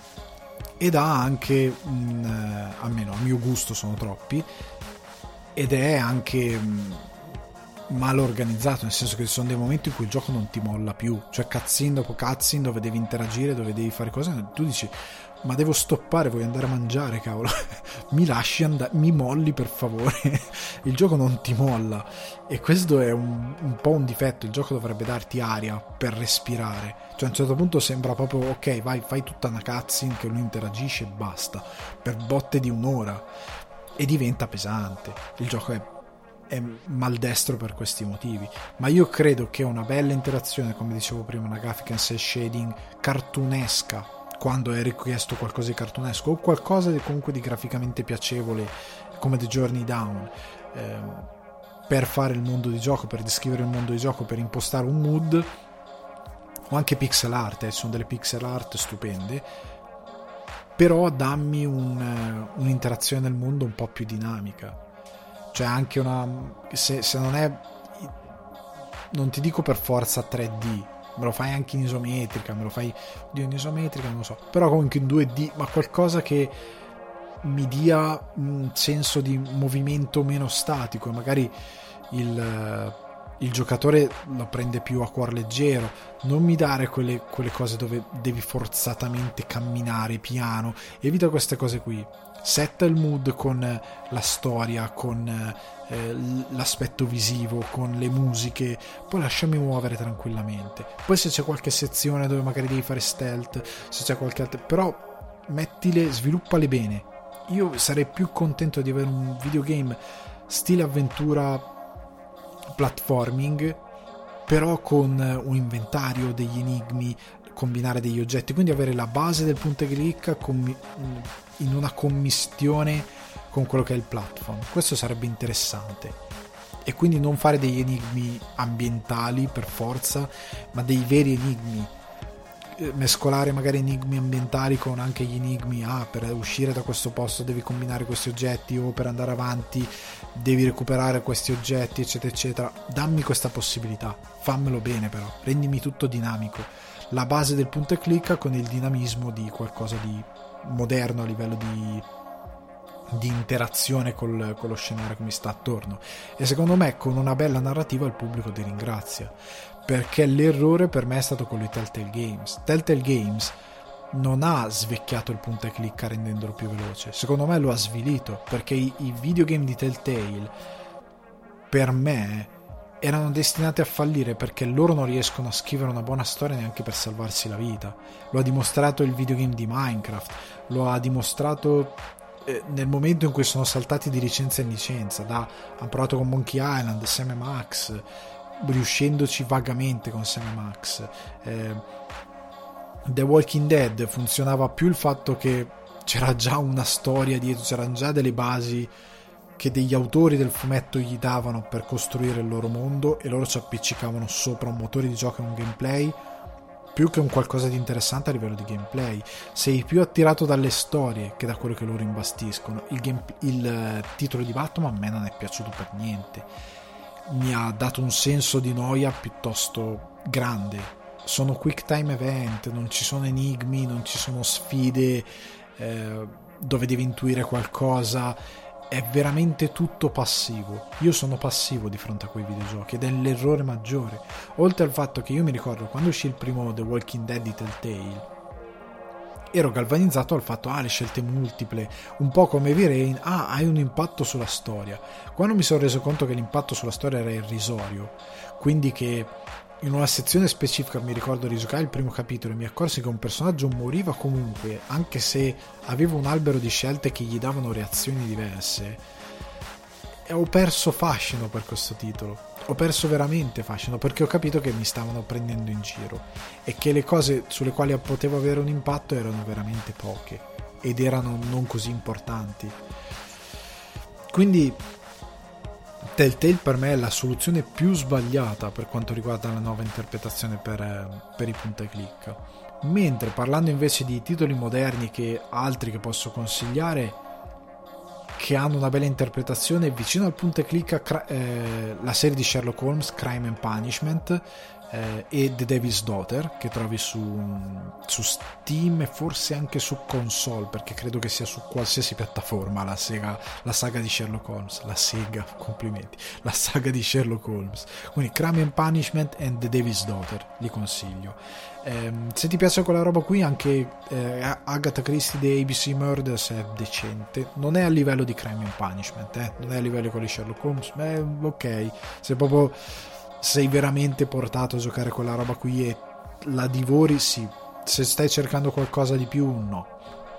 ed ha anche un, eh, almeno a mio gusto sono troppi, ed è anche mh, mal organizzato, nel senso che ci sono dei momenti in cui il gioco non ti molla più, cioè cutscene dopo cutscene dove devi interagire, dove devi fare cose, tu dici ma devo stoppare, voglio andare a mangiare, cavolo, mi lasci andare, mi molli per favore. Il gioco non ti molla e questo è un, un po' un difetto. Il gioco dovrebbe darti aria per respirare, cioè a un certo punto sembra proprio ok, vai, fai tutta una cutscene che lui interagisce e basta, per botte di un'ora, e diventa pesante. Il gioco è è maldestro per questi motivi, ma io credo che una bella interazione, come dicevo prima, una grafica in cel shading cartunesca, quando è richiesto qualcosa di cartunesco o qualcosa di, comunque di graficamente piacevole come The Journey Down, ehm, per fare il mondo di gioco, per descrivere il mondo di gioco, per impostare un mood, o anche pixel art, eh, sono delle pixel art stupende, però dammi un, un'interazione nel mondo un po' più dinamica. Cioè anche una, se, se non è, non ti dico per forza tre D, me lo fai anche in isometrica, me lo fai oddio, in isometrica non lo so, però comunque in due D, ma qualcosa che mi dia un senso di movimento meno statico, magari il il giocatore lo prende più a cuor leggero. Non mi dare quelle, quelle cose dove devi forzatamente camminare piano, evita queste cose qui. Setta il mood con la storia, con eh, l'aspetto visivo, con le musiche, poi lasciami muovere tranquillamente. Poi se c'è qualche sezione dove magari devi fare stealth, se c'è qualche altra, però mettile, sviluppale bene. Io sarei più contento di avere un videogame stile avventura platforming, però con un inventario, degli enigmi, combinare degli oggetti, quindi avere la base del punto e clicca in una commistione con quello che è il platform. Questo sarebbe interessante, e quindi non fare degli enigmi ambientali per forza, ma dei veri enigmi, mescolare magari enigmi ambientali con anche gli enigmi, ah, per uscire da questo posto devi combinare questi oggetti, o per andare avanti devi recuperare questi oggetti, eccetera eccetera. Dammi questa possibilità, fammelo bene, però rendimi tutto dinamico, la base del punto e clicca con il dinamismo di qualcosa di moderno a livello di, di interazione col, con lo scenario che mi sta attorno. E secondo me con una bella narrativa il pubblico ti ringrazia, perché l'errore per me è stato quello di Telltale Games. Telltale Games non ha svecchiato il punto e clicca rendendolo più veloce, secondo me lo ha svilito, perché i, i videogame di Telltale per me erano destinati a fallire, perché loro non riescono a scrivere una buona storia neanche per salvarsi la vita. Lo ha dimostrato il videogame di Minecraft, lo ha dimostrato eh, nel momento in cui sono saltati di licenza in licenza. Da, hanno provato con Monkey Island, Sam e Max, riuscendoci vagamente con Sam e Max. eh, The Walking Dead funzionava più il fatto che c'era già una storia dietro, c'erano già delle basi che degli autori del fumetto gli davano per costruire il loro mondo, e loro ci appiccicavano sopra un motore di gioco e un gameplay, più che un qualcosa di interessante a livello di gameplay. Sei più attirato dalle storie che da quello che loro imbastiscono. Il, game, il titolo di Batman a me non è piaciuto per niente, mi ha dato un senso di noia piuttosto grande. Sono quick time event, non ci sono enigmi, non ci sono sfide eh, dove devi intuire qualcosa, è veramente tutto passivo. Io sono passivo di fronte a quei videogiochi, ed è l'errore maggiore. Oltre al fatto che io mi ricordo quando uscì il primo The Walking Dead di Telltale, ero galvanizzato al fatto, ah, le scelte multiple, un po' come V-Rain, ah, hai un impatto sulla storia. Quando mi sono reso conto che l'impatto sulla storia era irrisorio, quindi che in una sezione specifica, mi ricordo, rigiocai il primo capitolo e mi accorsi che un personaggio moriva comunque, anche se aveva un albero di scelte che gli davano reazioni diverse, e ho perso fascino per questo titolo. Ho perso veramente fascino, perché ho capito che mi stavano prendendo in giro e che le cose sulle quali potevo avere un impatto erano veramente poche ed erano non così importanti. Quindi Telltale per me è la soluzione più sbagliata per quanto riguarda la nuova interpretazione per, per i punta e clicca. Mentre parlando invece di titoli moderni, che altri che posso consigliare che hanno una bella interpretazione vicino al punta e clicca, eh, la serie di Sherlock Holmes Crime and Punishment eh, e The Devil's Daughter, che trovi su, su Steam e forse anche su console, perché credo che sia su qualsiasi piattaforma la, sega, la saga di Sherlock Holmes la sega, complimenti, la saga di Sherlock Holmes. Quindi Crime and Punishment e The Devil's Daughter li consiglio. Eh, se ti piace quella roba qui, anche eh, Agatha Christie The A B C Murders è decente, non è a livello di Crime and Punishment, eh, non è a livello con Sherlock Holmes, ma è ok, se proprio sei veramente portato a giocare quella roba qui e la divori, sì. Se stai cercando qualcosa di più, no.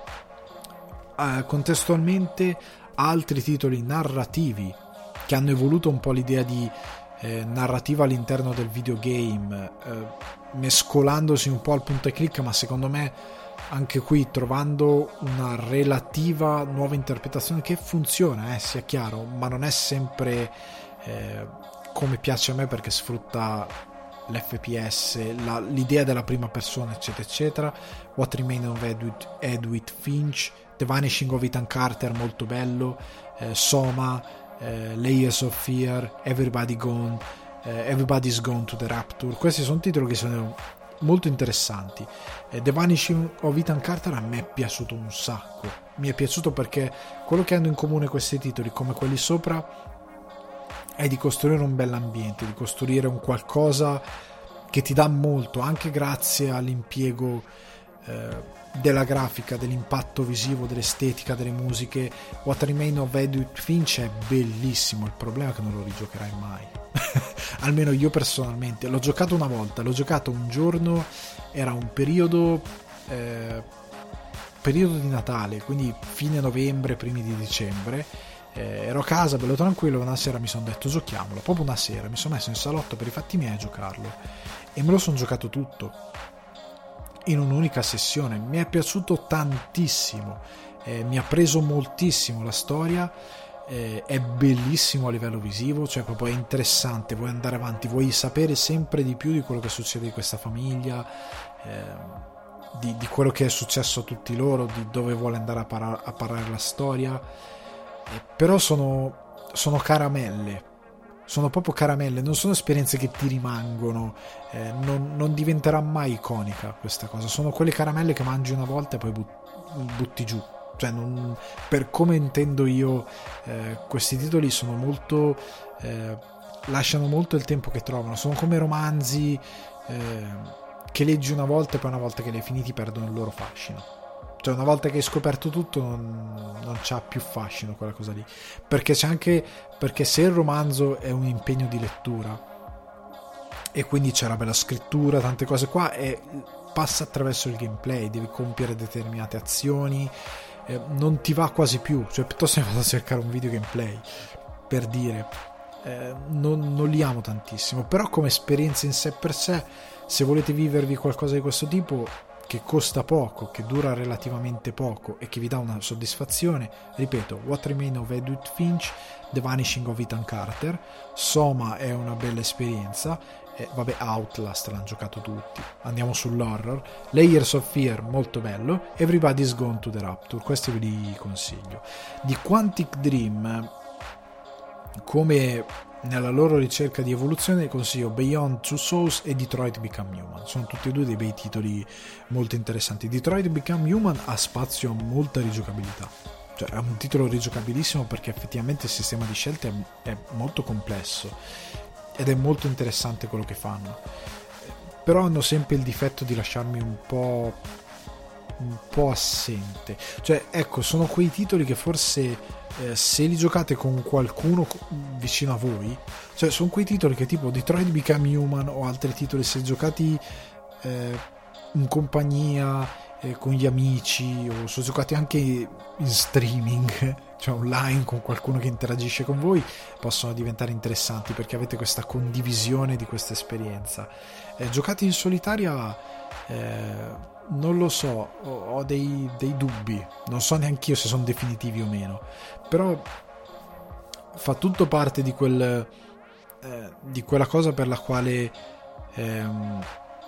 Uh, contestualmente altri titoli narrativi che hanno evoluto un po' l'idea di eh, narrativa all'interno del videogame, eh, mescolandosi un po' al punto e clic, ma secondo me anche qui trovando una relativa nuova interpretazione che funziona, eh, sia chiaro, ma non è sempre eh, come piace a me, perché sfrutta l'F P S, la, l'idea della prima persona, eccetera eccetera. What Remains of Edward, Edward Finch, The Vanishing of Ethan Carter, molto bello, eh, Soma, eh, Layers of Fear, Everybody Gone, eh, Everybody's Gone to the Rapture. Questi sono titoli che sono molto interessanti. eh, The Vanishing of Ethan Carter a me è piaciuto un sacco, mi è piaciuto perché quello che hanno in comune questi titoli, come quelli sopra, è di costruire un bell'ambiente, di costruire un qualcosa che ti dà molto, anche grazie all'impiego eh, della grafica, dell'impatto visivo, dell'estetica, delle musiche. What Remains of Edith Finch è bellissimo, il problema è che non lo rigiocherai mai. Almeno io personalmente l'ho giocato una volta, l'ho giocato un giorno, era un periodo eh, periodo di Natale, quindi fine novembre, primi di dicembre. Eh, ero a casa bello tranquillo, una sera mi sono detto giochiamolo, proprio una sera mi sono messo in salotto per i fatti miei a giocarlo e me lo sono giocato tutto in un'unica sessione. Mi è piaciuto tantissimo, eh, mi ha preso moltissimo la storia, eh, è bellissimo a livello visivo, cioè proprio è interessante, vuoi andare avanti, vuoi sapere sempre di più di quello che succede di questa famiglia, eh, di, di quello che è successo a tutti loro, di dove vuole andare a, para- a parare la storia. Eh, però sono, sono caramelle, sono proprio caramelle, non sono esperienze che ti rimangono, eh, non, non diventerà mai iconica questa cosa, sono quelle caramelle che mangi una volta e poi but- butti giù, cioè non, per come intendo io eh, questi titoli sono molto eh, lasciano molto il tempo che trovano, sono come romanzi eh, che leggi una volta e poi una volta che li hai finiti perdono il loro fascino. Cioè una volta che hai scoperto tutto non, non c'ha più fascino quella cosa lì, perché c'è anche perché se il romanzo è un impegno di lettura e quindi c'è la bella scrittura, tante cose qua, e passa attraverso il gameplay, devi compiere determinate azioni, eh, non ti va quasi più, cioè piuttosto mi vado a cercare un video gameplay per dire, eh, non, non li amo tantissimo, però come esperienza in sé per sé, se volete vivervi qualcosa di questo tipo che costa poco, che dura relativamente poco e che vi dà una soddisfazione, ripeto, What Remains of Edith Finch, The Vanishing of Ethan Carter, Soma è una bella esperienza, eh, vabbè Outlast l'hanno giocato tutti, andiamo sull'horror, Layers of Fear molto bello, Everybody's Gone to the Rapture, questi ve li consiglio. Di Quantic Dream, come nella loro ricerca di evoluzione, consiglio Beyond Two Souls e Detroit Become Human, sono tutti e due dei bei titoli molto interessanti. Detroit Become Human ha spazio a molta rigiocabilità, cioè è un titolo rigiocabilissimo perché effettivamente il sistema di scelte è, è molto complesso ed è molto interessante quello che fanno, però hanno sempre il difetto di lasciarmi un po' un po' assente, cioè ecco, sono quei titoli che forse Eh, se li giocate con qualcuno vicino a voi, cioè sono quei titoli che tipo Detroit Become Human o altri titoli, se giocati eh, in compagnia eh, con gli amici, o sono giocati anche in streaming, cioè online con qualcuno che interagisce con voi, possono diventare interessanti perché avete questa condivisione di questa esperienza. Eh, giocati in solitaria eh, non lo so, ho dei, dei dubbi, non so neanche io se sono definitivi o meno, però fa tutto parte di quel eh, di quella cosa per la quale ehm,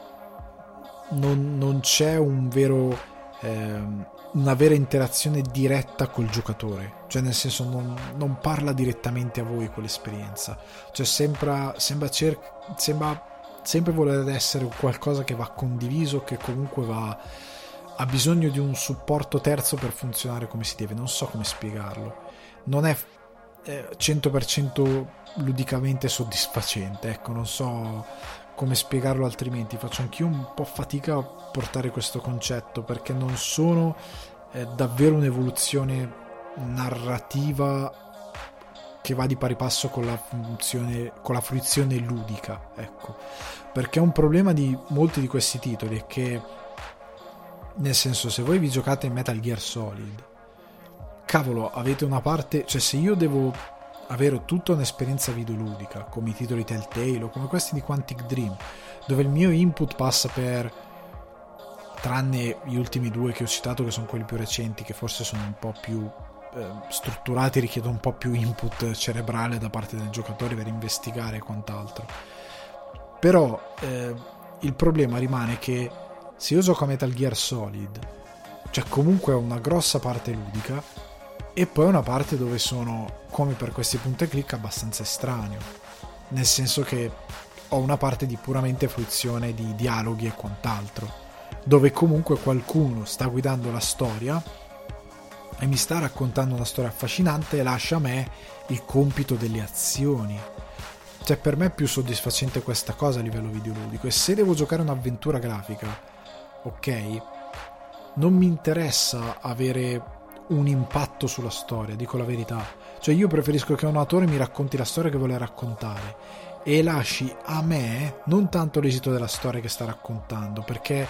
non, non c'è un vero ehm, una vera interazione diretta col giocatore, cioè nel senso non, non parla direttamente a voi quell'esperienza, cioè sembra sembra, cer- sembra sempre voler essere qualcosa che va condiviso, che comunque va ha bisogno di un supporto terzo per funzionare come si deve, non so come spiegarlo, non è eh, cento per cento ludicamente soddisfacente, ecco, non so come spiegarlo altrimenti, faccio anch'io un po' fatica a portare questo concetto perché non sono eh, davvero un'evoluzione narrativa che va di pari passo con la funzione, con la fruizione ludica, ecco, perché un problema di molti di questi titoli è che, nel senso, se voi vi giocate in Metal Gear Solid, cavolo, avete una parte, cioè se io devo avere tutta un'esperienza videoludica come i titoli Telltale o come questi di Quantic Dream, dove il mio input passa per, tranne gli ultimi due che ho citato che sono quelli più recenti, che forse sono un po' più strutturati, richiedono un po' più input cerebrale da parte del giocatore per investigare e quant'altro, però eh, il problema rimane che se io gioco a Metal Gear Solid, cioè comunque ho una grossa parte ludica e poi una parte dove sono, come per questi punti e clic, abbastanza estraneo, nel senso che ho una parte di puramente fruizione di dialoghi e quant'altro, dove comunque qualcuno sta guidando la storia e mi sta raccontando una storia affascinante e lascia a me il compito delle azioni, Cioè, per me è più soddisfacente questa cosa a livello videoludico. E se devo giocare un'avventura grafica, ok, non mi interessa avere un impatto sulla storia, dico la verità. Cioè, io preferisco che un autore mi racconti la storia che vuole raccontare e lasci a me non tanto l'esito della storia che sta raccontando, perché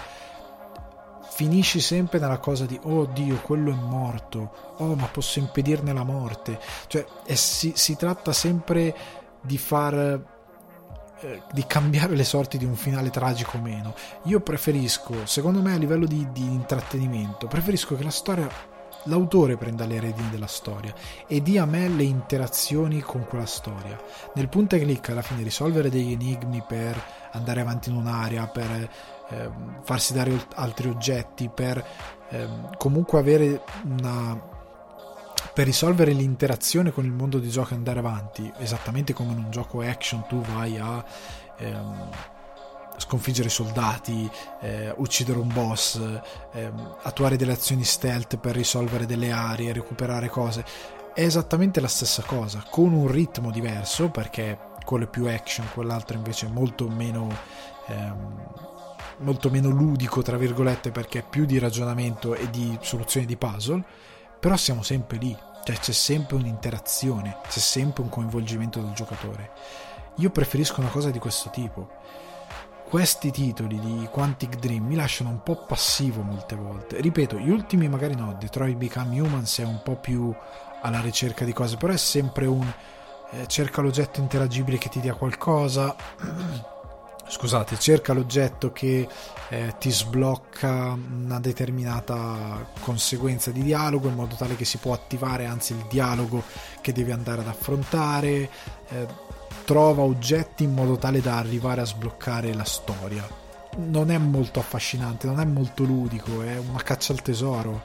finisci sempre nella cosa di oh Dio, quello è morto, oh ma posso impedirne la morte. Cioè, e si, si tratta sempre di far eh, di cambiare le sorti di un finale tragico o meno. Io preferisco, secondo me a livello di, di intrattenimento, preferisco che la storia, l'autore prenda le redini della storia e dia a me le interazioni con quella storia. Nel punta e clic alla fine risolvere degli enigmi per andare avanti in un'area, per eh, farsi dare altri oggetti, per eh, comunque avere una, per risolvere l'interazione con il mondo di gioco e andare avanti, esattamente come in un gioco action tu vai a ehm, sconfiggere soldati, eh, uccidere un boss, eh, attuare delle azioni stealth per risolvere delle aree, recuperare cose. È esattamente la stessa cosa, con un ritmo diverso, perché quello è più action, quell'altro invece è molto meno ehm, molto meno ludico, tra virgolette, perché è più di ragionamento e di soluzioni di puzzle. Però siamo sempre lì, cioè c'è sempre un'interazione, c'è sempre un coinvolgimento del giocatore. Io preferisco una cosa di questo tipo. Questi titoli di Quantic Dream mi lasciano un po' passivo molte volte. Ripeto, gli ultimi magari no, Detroit Become Human è un po' più alla ricerca di cose, però è sempre un eh, cerca l'oggetto interagibile che ti dia qualcosa, scusate, cerca l'oggetto che eh, ti sblocca una determinata conseguenza di dialogo in modo tale che si può attivare anzi il dialogo che devi andare ad affrontare, eh, trova oggetti in modo tale da arrivare a sbloccare la storia. Non è molto affascinante, non è molto ludico, è una caccia al tesoro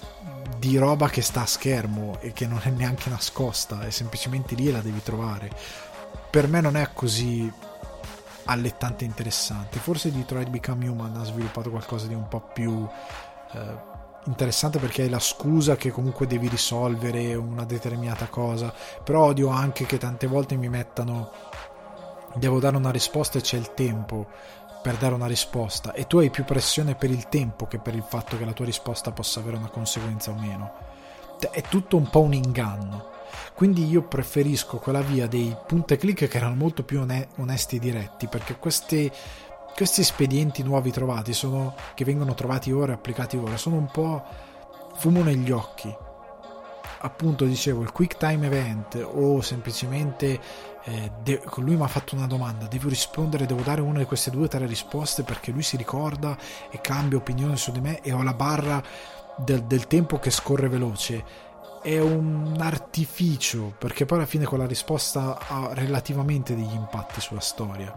di roba che sta a schermo e che non è neanche nascosta, è semplicemente lì e la devi trovare. Per me non è così allettante e interessante. Forse Detroit Become Human ha sviluppato qualcosa di un po' più eh, interessante, perché è la scusa che comunque devi risolvere una determinata cosa. Però odio anche che tante volte mi mettano devo dare una risposta e c'è il tempo per dare una risposta e tu hai più pressione per il tempo che per il fatto che la tua risposta possa avere una conseguenza o meno. È tutto un po' un inganno. Quindi io preferisco quella via dei punta e clic che erano molto più onesti e diretti, perché questi, questi espedienti nuovi trovati sono, che vengono trovati ora e applicati ora, sono un po' fumo negli occhi. Appunto dicevo, il quick time event o semplicemente eh, de- lui mi ha fatto una domanda, devo rispondere, devo dare una di queste due o tre risposte perché lui si ricorda e cambia opinione su di me e ho la barra del, del tempo che scorre veloce. È un artificio, perché poi alla fine quella risposta ha relativamente degli impatti sulla storia.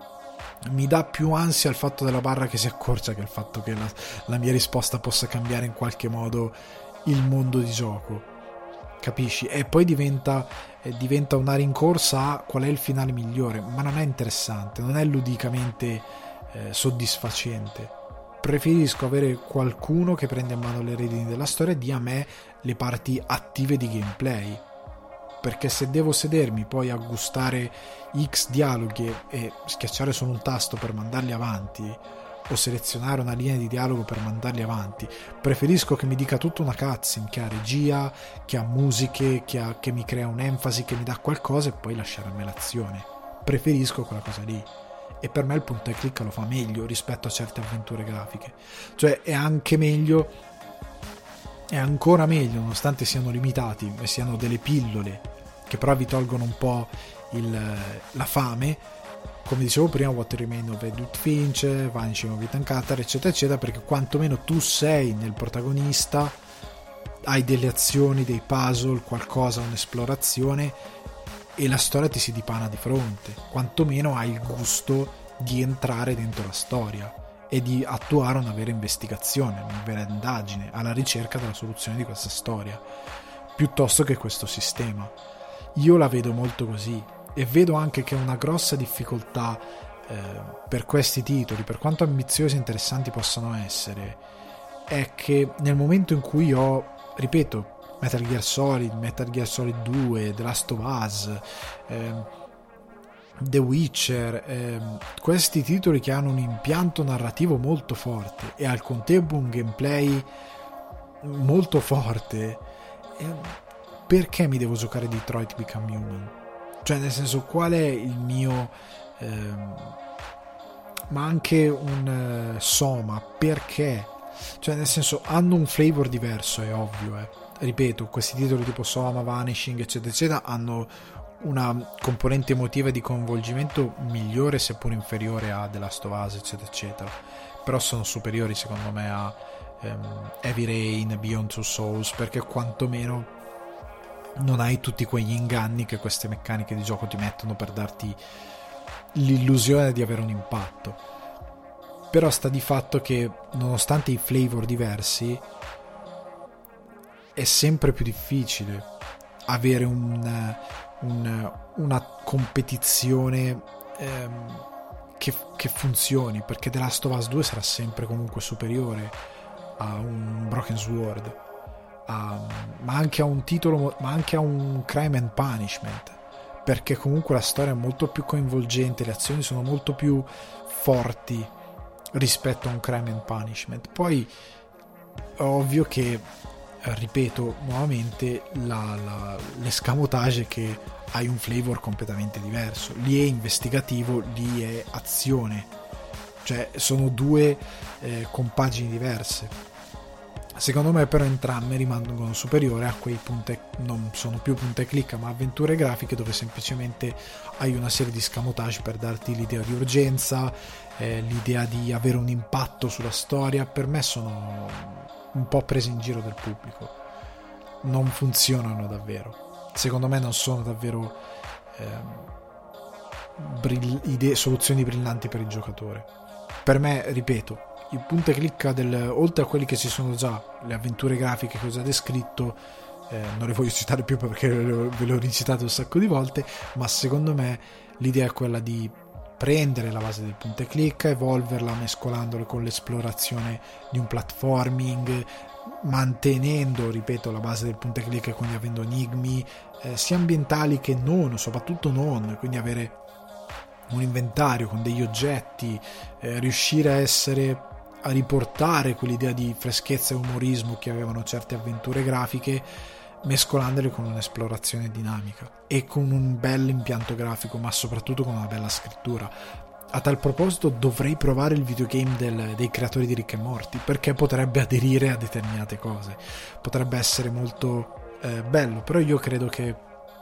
Mi dà più ansia il fatto della barra che si accorcia che il fatto che la, la mia risposta possa cambiare in qualche modo il mondo di gioco, capisci? E poi diventa, eh, diventa una rincorsa a qual è il finale migliore, ma non è interessante, non è ludicamente eh, soddisfacente. Preferisco avere qualcuno che prende in mano le redini della storia e dia a me le parti attive di gameplay, perché se devo sedermi poi a gustare X dialoghi e schiacciare solo un tasto per mandarli avanti o selezionare una linea di dialogo per mandarli avanti, preferisco che mi dica tutta una cutscene che ha regia, che ha musiche, che, ha, che mi crea un'enfasi, che mi dà qualcosa e poi lasciare a me l'azione. Preferisco quella cosa lì. E per me il punta e clicca lo fa meglio rispetto a certe avventure grafiche, cioè è anche meglio, è ancora meglio, nonostante siano limitati e siano delle pillole che però vi tolgono un po' il, la fame, come dicevo prima, What Remains of Edith Finch, Vanishing of Ethan Carter, eccetera eccetera, perché quantomeno tu sei nel protagonista, hai delle azioni, dei puzzle, qualcosa, un'esplorazione e la storia ti si dipana di fronte, quantomeno hai il gusto di entrare dentro la storia e di attuare una vera investigazione, una vera indagine alla ricerca della soluzione di questa storia, piuttosto che questo sistema. Io la vedo molto così e vedo anche che una grossa difficoltà eh, per questi titoli, per quanto ambiziosi e interessanti possano essere, è che nel momento in cui ho, ripeto, Metal Gear Solid, Metal Gear Solid due, The Last of Us, eh, The Witcher, ehm, questi titoli che hanno un impianto narrativo molto forte e al contempo un gameplay molto forte, ehm, perché mi devo giocare Detroit Become Human? Cioè, nel senso, qual è il mio ehm, ma anche un uh, Soma, perché? Cioè, nel senso, hanno un flavor diverso, è ovvio, eh. Ripeto, questi titoli tipo Soma, Vanishing eccetera eccetera hanno una componente emotiva di coinvolgimento migliore, seppur inferiore a The Last of Us eccetera eccetera, però sono superiori secondo me a um, Heavy Rain, Beyond Two Souls, perché quantomeno non hai tutti quegli inganni che queste meccaniche di gioco ti mettono per darti l'illusione di avere un impatto. Però sta di fatto che nonostante i flavor diversi è sempre più difficile avere un, un, una competizione ehm, che, che funzioni, perché The Last of Us due sarà sempre comunque superiore a un Broken Sword, a, ma anche a un titolo, ma anche a un Crime and Punishment, perché comunque la storia è molto più coinvolgente, le azioni sono molto più forti rispetto a un Crime and Punishment. Poi è ovvio che, ripeto nuovamente, la, la, l'escamotage è che hai un flavor completamente diverso. Lì è investigativo, lì è azione, cioè sono due eh, compagini diverse. Secondo me però entrambe rimangono superiori a quei punte, non sono più punte clicca ma avventure grafiche, dove semplicemente hai una serie di scamotage per darti l'idea di urgenza, eh, l'idea di avere un impatto sulla storia. Per me sono un po' prese in giro dal pubblico, non funzionano davvero, secondo me non sono davvero eh, brill- idee, soluzioni brillanti per il giocatore. Per me, ripeto, il punta e clicca del, oltre a quelli che ci sono già, le avventure grafiche che ho già descritto, eh, non le voglio citare più perché ve le ho ricitate un sacco di volte, ma secondo me l'idea è quella di prendere la base del punta e clicca, evolverla mescolandolo con l'esplorazione di un platforming, mantenendo, ripeto, la base del punta e clicca e quindi avendo enigmi eh, sia ambientali che non, soprattutto non, quindi avere un inventario con degli oggetti, eh, riuscire a essere a riportare quell'idea di freschezza e umorismo che avevano certe avventure grafiche, mescolandole con un'esplorazione dinamica e con un bel impianto grafico, ma soprattutto con una bella scrittura. A tal proposito dovrei provare il videogame del, dei creatori di Rick e Morty, perché potrebbe aderire a determinate cose, potrebbe essere molto eh, bello. Però io credo che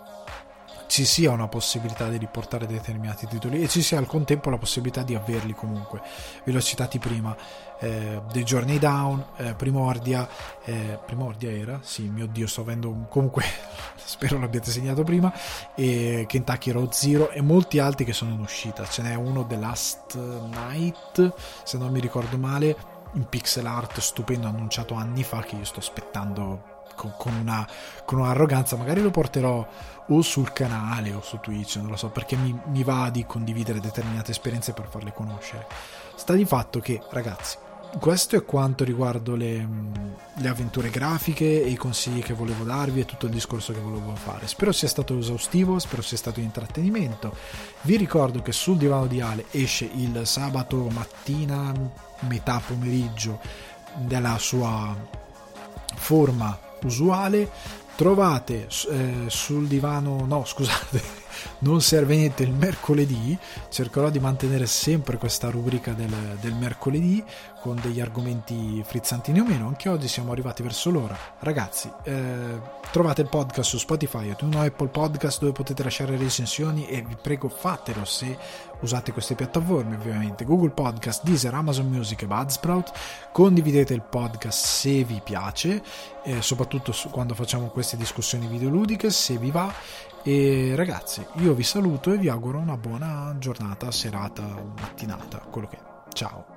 ci sia una possibilità di riportare determinati titoli e ci sia al contempo la possibilità di averli comunque. Ve l'ho citati prima, eh, The Journey Down, eh, Primordia, eh, Primordia era? Sì, mio Dio, sto avendo un... comunque spero l'abbiate segnato prima, e Kentucky Road Zero e molti altri che sono in uscita. Ce n'è uno, The Last Night, se non mi ricordo male, in pixel art stupendo, annunciato anni fa, che io sto aspettando con, con una con un'arroganza. Magari lo porterò o sul canale o su Twitch, non lo so, perché mi, mi va di condividere determinate esperienze per farle conoscere. Sta di fatto che, ragazzi, questo è quanto riguardo le, le avventure grafiche e i consigli che volevo darvi e tutto il discorso che volevo fare. Spero sia stato esaustivo, spero sia stato di intrattenimento. Vi ricordo che Sul Divano di Ale esce il sabato mattina, metà pomeriggio, della sua forma usuale. Trovate eh, sul divano, no scusate, non serve niente il mercoledì. Cercherò di mantenere sempre questa rubrica del, del mercoledì con degli argomenti frizzantini o meno. Anche oggi siamo arrivati verso l'ora. Ragazzi, eh, trovate il podcast su Spotify o uno Apple Podcast, dove potete lasciare recensioni, e vi prego fatelo se usate queste piattaforme, ovviamente Google Podcast, Deezer, Amazon Music e Buzzsprout. Condividete il podcast se vi piace, eh, soprattutto su, quando facciamo queste discussioni videoludiche, se vi va. E ragazzi, io vi saluto e vi auguro una buona giornata, serata, mattinata, quello che è. Ciao.